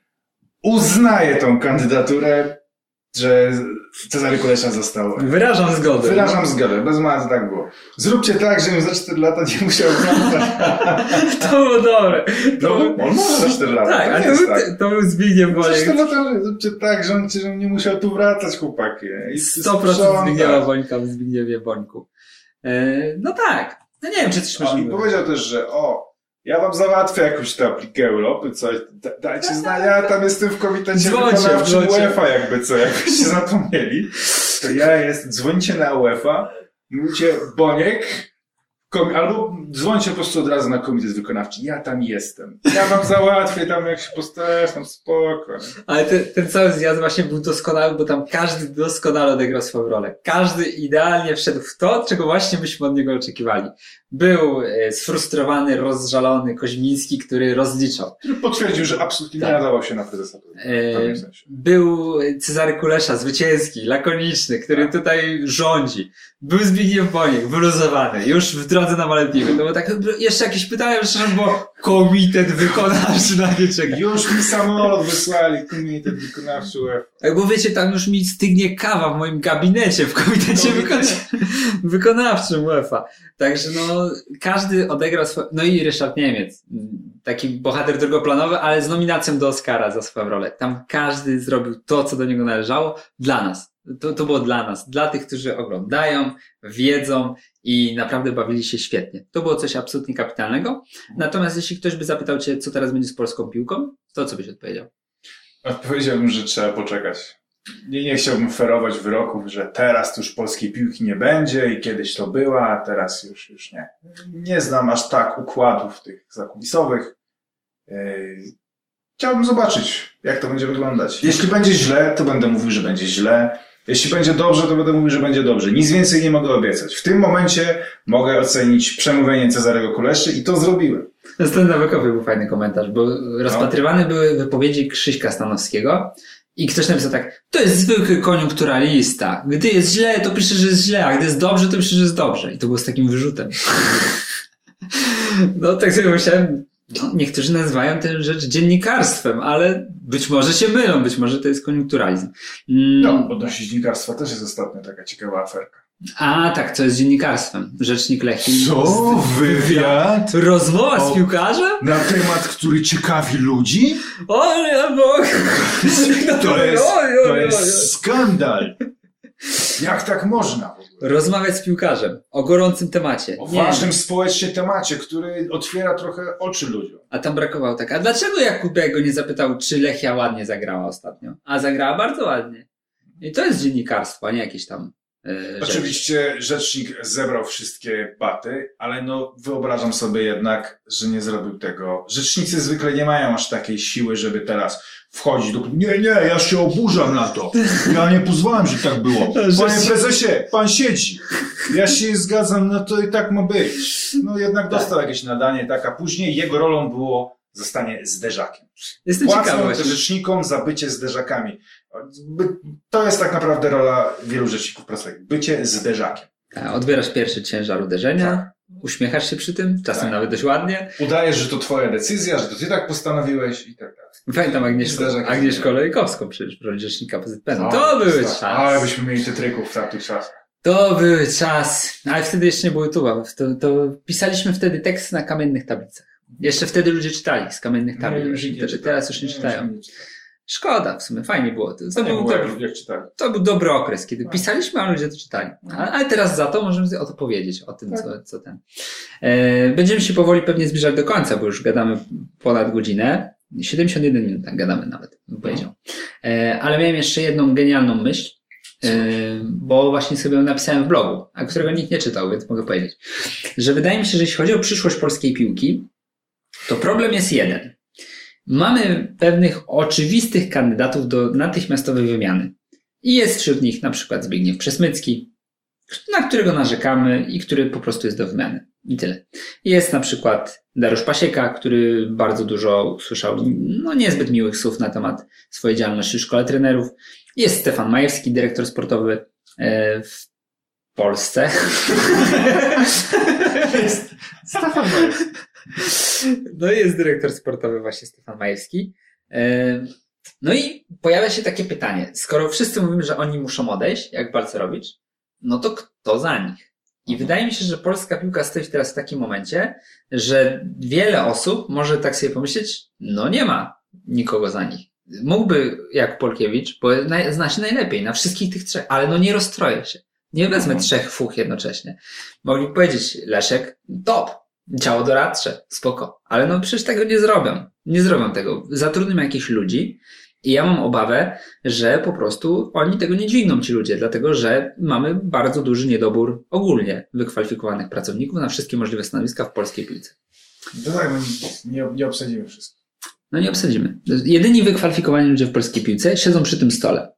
uznaję tą kandydaturę, że Cezary Kulesza został. Wyrażam zgodę. Bez maty tak było. Zróbcie tak, żebym za 4 lata nie musiał wracać. To było dobre. On może za 4 lata. Tak, ale to był Zbigniew Boniek. Zróbcie tak, żebym nie musiał tu wracać, chłopaki. 100% Zbigniewa Bońka w Zbigniewie Bońku. No tak. No nie wiem, czy coś możliwe. I powiedział też, że ja wam załatwię jakąś tę aplikę Europy, coś, dajcie znać, ja tam jestem w komitecie wykonawczym UEFA, jakbyście zapomnieli, to dzwońcie na UEFA, mówicie Boniek, albo dzwońcie po prostu od razu na komitet wykonawczy, ja tam jestem, ja wam załatwię tam, jak się postarasz, tam spoko. Ale ten cały zjazd właśnie był doskonały, bo tam każdy doskonale odegrał swoją rolę. Każdy idealnie wszedł w to, czego właśnie byśmy od niego oczekiwali. Był sfrustrowany, rozżalony Koźmiński, który rozliczał. Który potwierdził, że absolutnie nie nadawał się na prezesa. Był Cezary Kulesza, zwycięski, lakoniczny, który tutaj rządzi. Był Zbigniew Boniek, wyluzowany, już w drodze na Malediwy. To było tak, jeszcze jakieś pytania, bo komitet wykonawczy na wieczek. Już mi samolot wysłali, komitet wykonawczy UEFA. Tak, bo wiecie, tam już mi stygnie kawa w moim gabinecie w komitecie wykonawczym UEFA. Także każdy odegrał swoje... No i Ryszard Niemiec, taki bohater drugoplanowy, ale z nominacją do Oscara za swoją rolę. Tam każdy zrobił to, co do niego należało, dla nas. To było dla nas, dla tych, którzy oglądają, wiedzą i naprawdę bawili się świetnie. To było coś absolutnie kapitalnego. Natomiast jeśli ktoś by zapytał cię, co teraz będzie z polską piłką, to co byś odpowiedział? Odpowiedziałbym, że trzeba poczekać. Nie chciałbym ferować wyroków, że teraz to już polskiej piłki nie będzie i kiedyś to była, a teraz już nie. Nie znam aż tak układów tych zakulisowych. Chciałbym zobaczyć, jak to będzie wyglądać. Jeśli będzie źle, to będę mówił, że będzie źle. Jeśli będzie dobrze, to będę mówił, że będzie dobrze. Nic więcej nie mogę obiecać. W tym momencie mogę ocenić przemówienie Cezarego Kuleszy i to zrobiłem. Następny Wekopy był fajny komentarz, bo rozpatrywane były wypowiedzi Krzyśka Stanowskiego i ktoś napisał tak, to jest zwykły koniunkturalista. Gdy jest źle, to pisze, że jest źle, a gdy jest dobrze, to pisze, że jest dobrze. I to było z takim wyrzutem. No tak sobie myślałem, niektórzy nazywają tę rzecz dziennikarstwem, ale być może się mylą, być może to jest koniunkturalizm. No, odnośnie dziennikarstwa też jest ostatnio taka ciekawa aferka. A tak, co jest dziennikarstwem? Rzecznik Lechii. Co? Wywiad? Rozmowa z piłkarzem? Na temat, który ciekawi ludzi? O nie mogę! To jest skandal! Jak tak można w ogóle? Rozmawiać z piłkarzem o gorącym temacie. O ważnym społecznie temacie, który otwiera trochę oczy ludziom. A tam brakowało tak. A dlaczego Jakubiak go nie zapytał, czy Lechia ładnie zagrała ostatnio? A zagrała bardzo ładnie. I to jest dziennikarstwo, a nie jakieś tam rzeczy. Oczywiście rzecznik zebrał wszystkie baty, ale no wyobrażam sobie jednak, że nie zrobił tego. Rzecznicy zwykle nie mają aż takiej siły, żeby teraz wchodzić do... Nie, ja się oburzam na to. Ja nie pozwalam, że tak było. Panie prezesie, pan siedzi. Ja się zgadzam, no to i tak ma być. No jednak dostał jakieś nadanie, tak, a później jego rolą było zostanie zderzakiem. Jestem ciekawy Płacą właśnie. rzecznikom za bycie zderzakami. To jest tak naprawdę rola wielu rzeczników prasowych. Bycie zderzakiem. Odbierasz pierwszy ciężar uderzenia, Tak. uśmiechasz się przy tym, czasem Tak. nawet dość ładnie. Udajesz, że to twoja decyzja, że to ty tak postanowiłeś i tak dalej. Pamiętam Zderzak. Agnieszkę Olejkowską przecież w roli rzecznika PZPN. No, To były tak. czasy. Ale byśmy mieli te tryków w tamtych czasach. To były czasy. Ale wtedy jeszcze nie było YouTube'a. To pisaliśmy wtedy tekst na kamiennych tablicach. Jeszcze wtedy ludzie czytali z kamiennych tablic. Teraz już nie czytają. Szkoda, w sumie fajnie było. To był dobry okres, kiedy pisaliśmy, a ludzie to czytali. Ale teraz za to możemy o to powiedzieć, o tym, co ten. Będziemy się powoli pewnie zbliżać do końca, bo już gadamy ponad godzinę. 71 minut tak gadamy nawet, bym powiedział. Ale miałem jeszcze jedną genialną myśl, bo właśnie sobie ją napisałem w blogu, a którego nikt nie czytał, więc mogę powiedzieć, że wydaje mi się, że jeśli chodzi o przyszłość polskiej piłki, to problem jest jeden. Mamy pewnych oczywistych kandydatów do natychmiastowej wymiany. I jest wśród nich na przykład Zbigniew Przesmycki, na którego narzekamy i który po prostu jest do wymiany. I tyle. Jest na przykład Dariusz Pasieka, który bardzo dużo usłyszał niezbyt miłych słów na temat swojej działalności w szkole trenerów. Jest Stefan Majewski, dyrektor sportowy w Polsce. Jest Stefan Majewski. No i jest dyrektor sportowy właśnie Stefan Majewski. No i pojawia się takie pytanie. Skoro wszyscy mówimy, że oni muszą odejść, jak Balcerowicz, no to kto za nich? I wydaje mi się, że polska piłka stoi teraz w takim momencie, że wiele osób może tak sobie pomyśleć, no nie ma nikogo za nich. Mógłby jak Polkiewicz, bo zna się najlepiej na wszystkich tych trzech, ale nie rozstroję się. Nie wezmę trzech fuch jednocześnie. Mogli powiedzieć Leszek, top, ciało doradcze, spoko. Ale przecież tego nie zrobią. Nie zrobią tego. Zatrudnią jakichś ludzi i ja mam obawę, że po prostu oni tego nie dźwigną, ci ludzie, dlatego że mamy bardzo duży niedobór ogólnie wykwalifikowanych pracowników na wszystkie możliwe stanowiska w polskiej piłce. To tak, nie obsadzimy wszystko. No nie obsadzimy. Jedyni wykwalifikowani ludzie w polskiej piłce siedzą przy tym stole.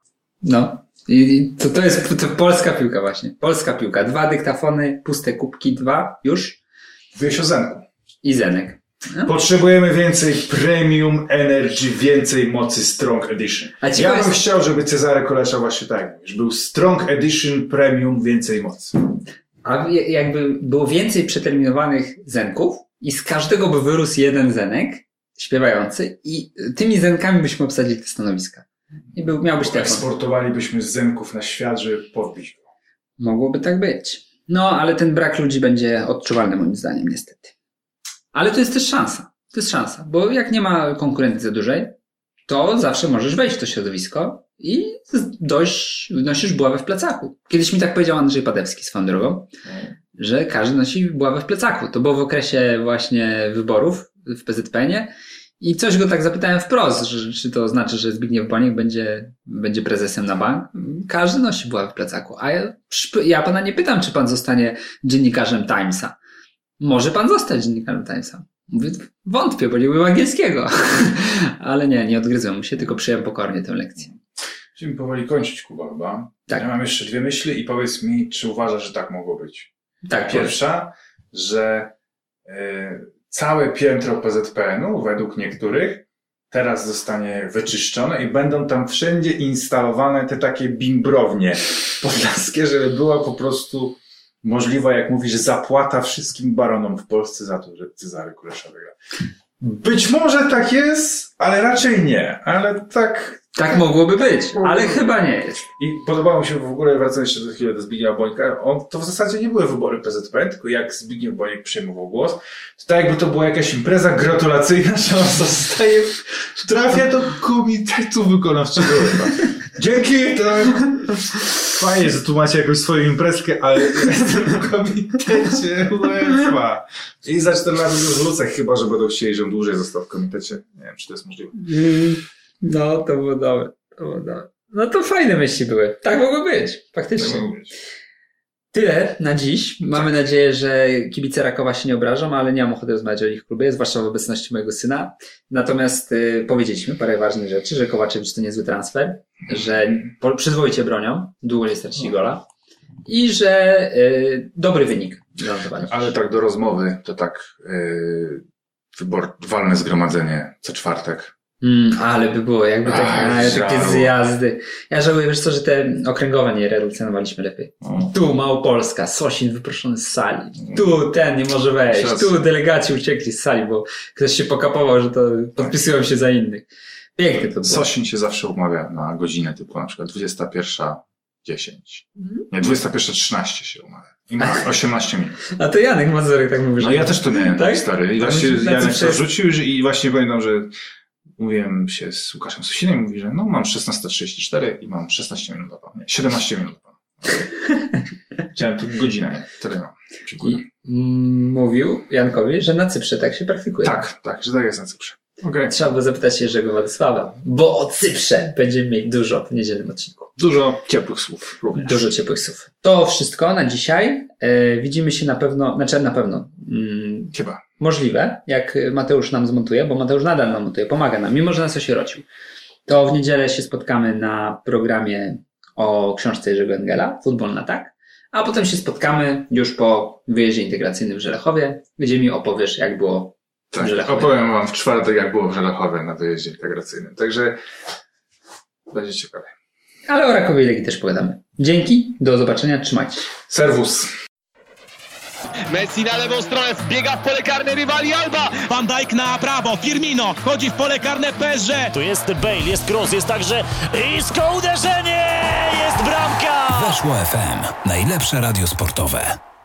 I to jest polska piłka właśnie. Polska piłka. 2 dyktafony, puste kubki, 2 już. Mówiłeś o Zenku. I Zenek. No. Potrzebujemy więcej premium energy, więcej mocy Strong Edition. Ja bym chciał, żeby Cezary Kolesza właśnie tak mówisz. Był Strong Edition Premium, więcej mocy. A jakby było więcej przeterminowanych Zenków i z każdego by wyrósł jeden Zenek śpiewający i tymi Zenkami byśmy obsadzili te stanowiska. I miał być telefon. Eksportowalibyśmy z Zenków na świat, żeby podbić go. Mogłoby tak być. No, ale ten brak ludzi będzie odczuwalny moim zdaniem niestety. Ale to jest też szansa. To jest szansa, bo jak nie ma konkurencji za dużej, to zawsze możesz wejść w to środowisko i nosisz buławę w plecaku. Kiedyś mi tak powiedział Andrzej Padewski swoją drogą, że każdy nosi buławę w plecaku. To było w okresie właśnie wyborów w PZPN-ie i coś go tak zapytałem wprost, czy to znaczy, że Zbigniew Boniek będzie prezesem na bank. Każdy nosi buławę w plecaku. A ja pana nie pytam, czy pan zostanie dziennikarzem Timesa. Może pan zostać dziennikarzem Timesa. Mówię, wątpię, bo nie umiem angielskiego. Ale nie odgryzłem mu się, tylko przyjąłem pokornie tę lekcję. Musimy powoli kończyć, Kuba, chyba. Tak. Ja mam jeszcze 2 myśli i powiedz mi, czy uważasz, że tak mogło być. Tak, Pierwsza, że całe piętro PZPN-u, według niektórych, teraz zostanie wyczyszczone i będą tam wszędzie instalowane te takie bimbrownie podlaskie, żeby była po prostu możliwa, jak mówisz, zapłata wszystkim baronom w Polsce za to, że Cezary Kulesza wygra. Być może tak jest, ale raczej nie. Ale tak... Tak mogłoby być, ale chyba nie jest. I podobało mi się w ogóle, wracając jeszcze do chwilę do Zbigniewa Bońka, to w zasadzie nie były wybory PZPN, tylko jak Zbigniew Bońk przejmował głos, to tak jakby to była jakaś impreza gratulacyjna, że on zostaje, trafia do Komitetu Wykonawczego. Dzięki! To fajnie, że tu macie jakąś swoją imprezkę, ale jestem w Komitecie UEFA. I za 14 już wrócę, chyba że będą chcieli, żebym dłużej został w komitecie. Nie wiem, czy to jest możliwe. No, to było dobre. No to fajne myśli były. Tak mogło być, faktycznie. Tyle na dziś. Mamy nadzieję, że kibice Rakowa się nie obrażą, ale nie mam ochoty rozmawiać o ich klubie, zwłaszcza w obecności mojego syna. Natomiast powiedzieliśmy parę ważnych rzeczy, że Kowaczewicz to niezły transfer, że przyzwoicie bronią, długo nie stracili gola i że dobry wynik. Ale tak do rozmowy, to tak walne zgromadzenie co czwartek. Ale by było, jakby takie zjazdy. Ja żałuję, wiesz co, że te okręgowe nie redukcjonowaliśmy lepiej. Tu Małopolska, Sosin wyproszony z sali. Tu ten nie może wejść. Tu delegaci uciekli z sali, bo ktoś się pokapował, że to podpisują się za innych. Piękne to było. Sosin się zawsze umawia na godzinę typu na przykład 21:10. Nie, 21:13 się umawia. I ma 18 minut. A to Janek Mazurek tak mówi. No ja też to miałem, tak stary. I właśnie Janek to rzucił i właśnie pamiętam, że mówiłem się z Łukaszem Sosinem i mówi, że no mam 16:34 i mam 16 minut do pana. Nie, 17 minut do pana. Chciałem tu godzinę, nie? Tyle mam. Dziękuję. Mówił Jankowi, że na Cyprze tak się praktykuje. Tak, że tak jest na Cyprze. Okay. Trzeba było zapytać Jerzego Władysława, bo o Cyprze będziemy mieć dużo w niedzielnym odcinku. Dużo ciepłych słów również. Dużo ciepłych słów. To wszystko na dzisiaj. Widzimy się na pewno, Chyba. Możliwe, jak Mateusz nam zmontuje, bo Mateusz nadal nam montuje, pomaga nam, mimo że nas osierocił. To w niedzielę się spotkamy na programie o książce Jerzego Engela, Futbol na tak, a potem się spotkamy już po wyjeździe integracyjnym w Żelechowie, gdzie mi opowiesz, jak było w Żelechowie. Opowiem wam w czwartek, jak było w Żelechowie na wyjeździe integracyjnym. Także będzie ciekawe. Ale o Rakowie i Legii też pogadamy. Dzięki, do zobaczenia, trzymajcie się. Serwus. Messi na lewą stronę, wbiega w pole karne rywali Alba. Van Dijk na prawo, Firmino wchodzi w pole karne PSG. Tu jest Bale, jest cross, jest także isko uderzenie, jest bramka! Weszło FM, najlepsze radio sportowe.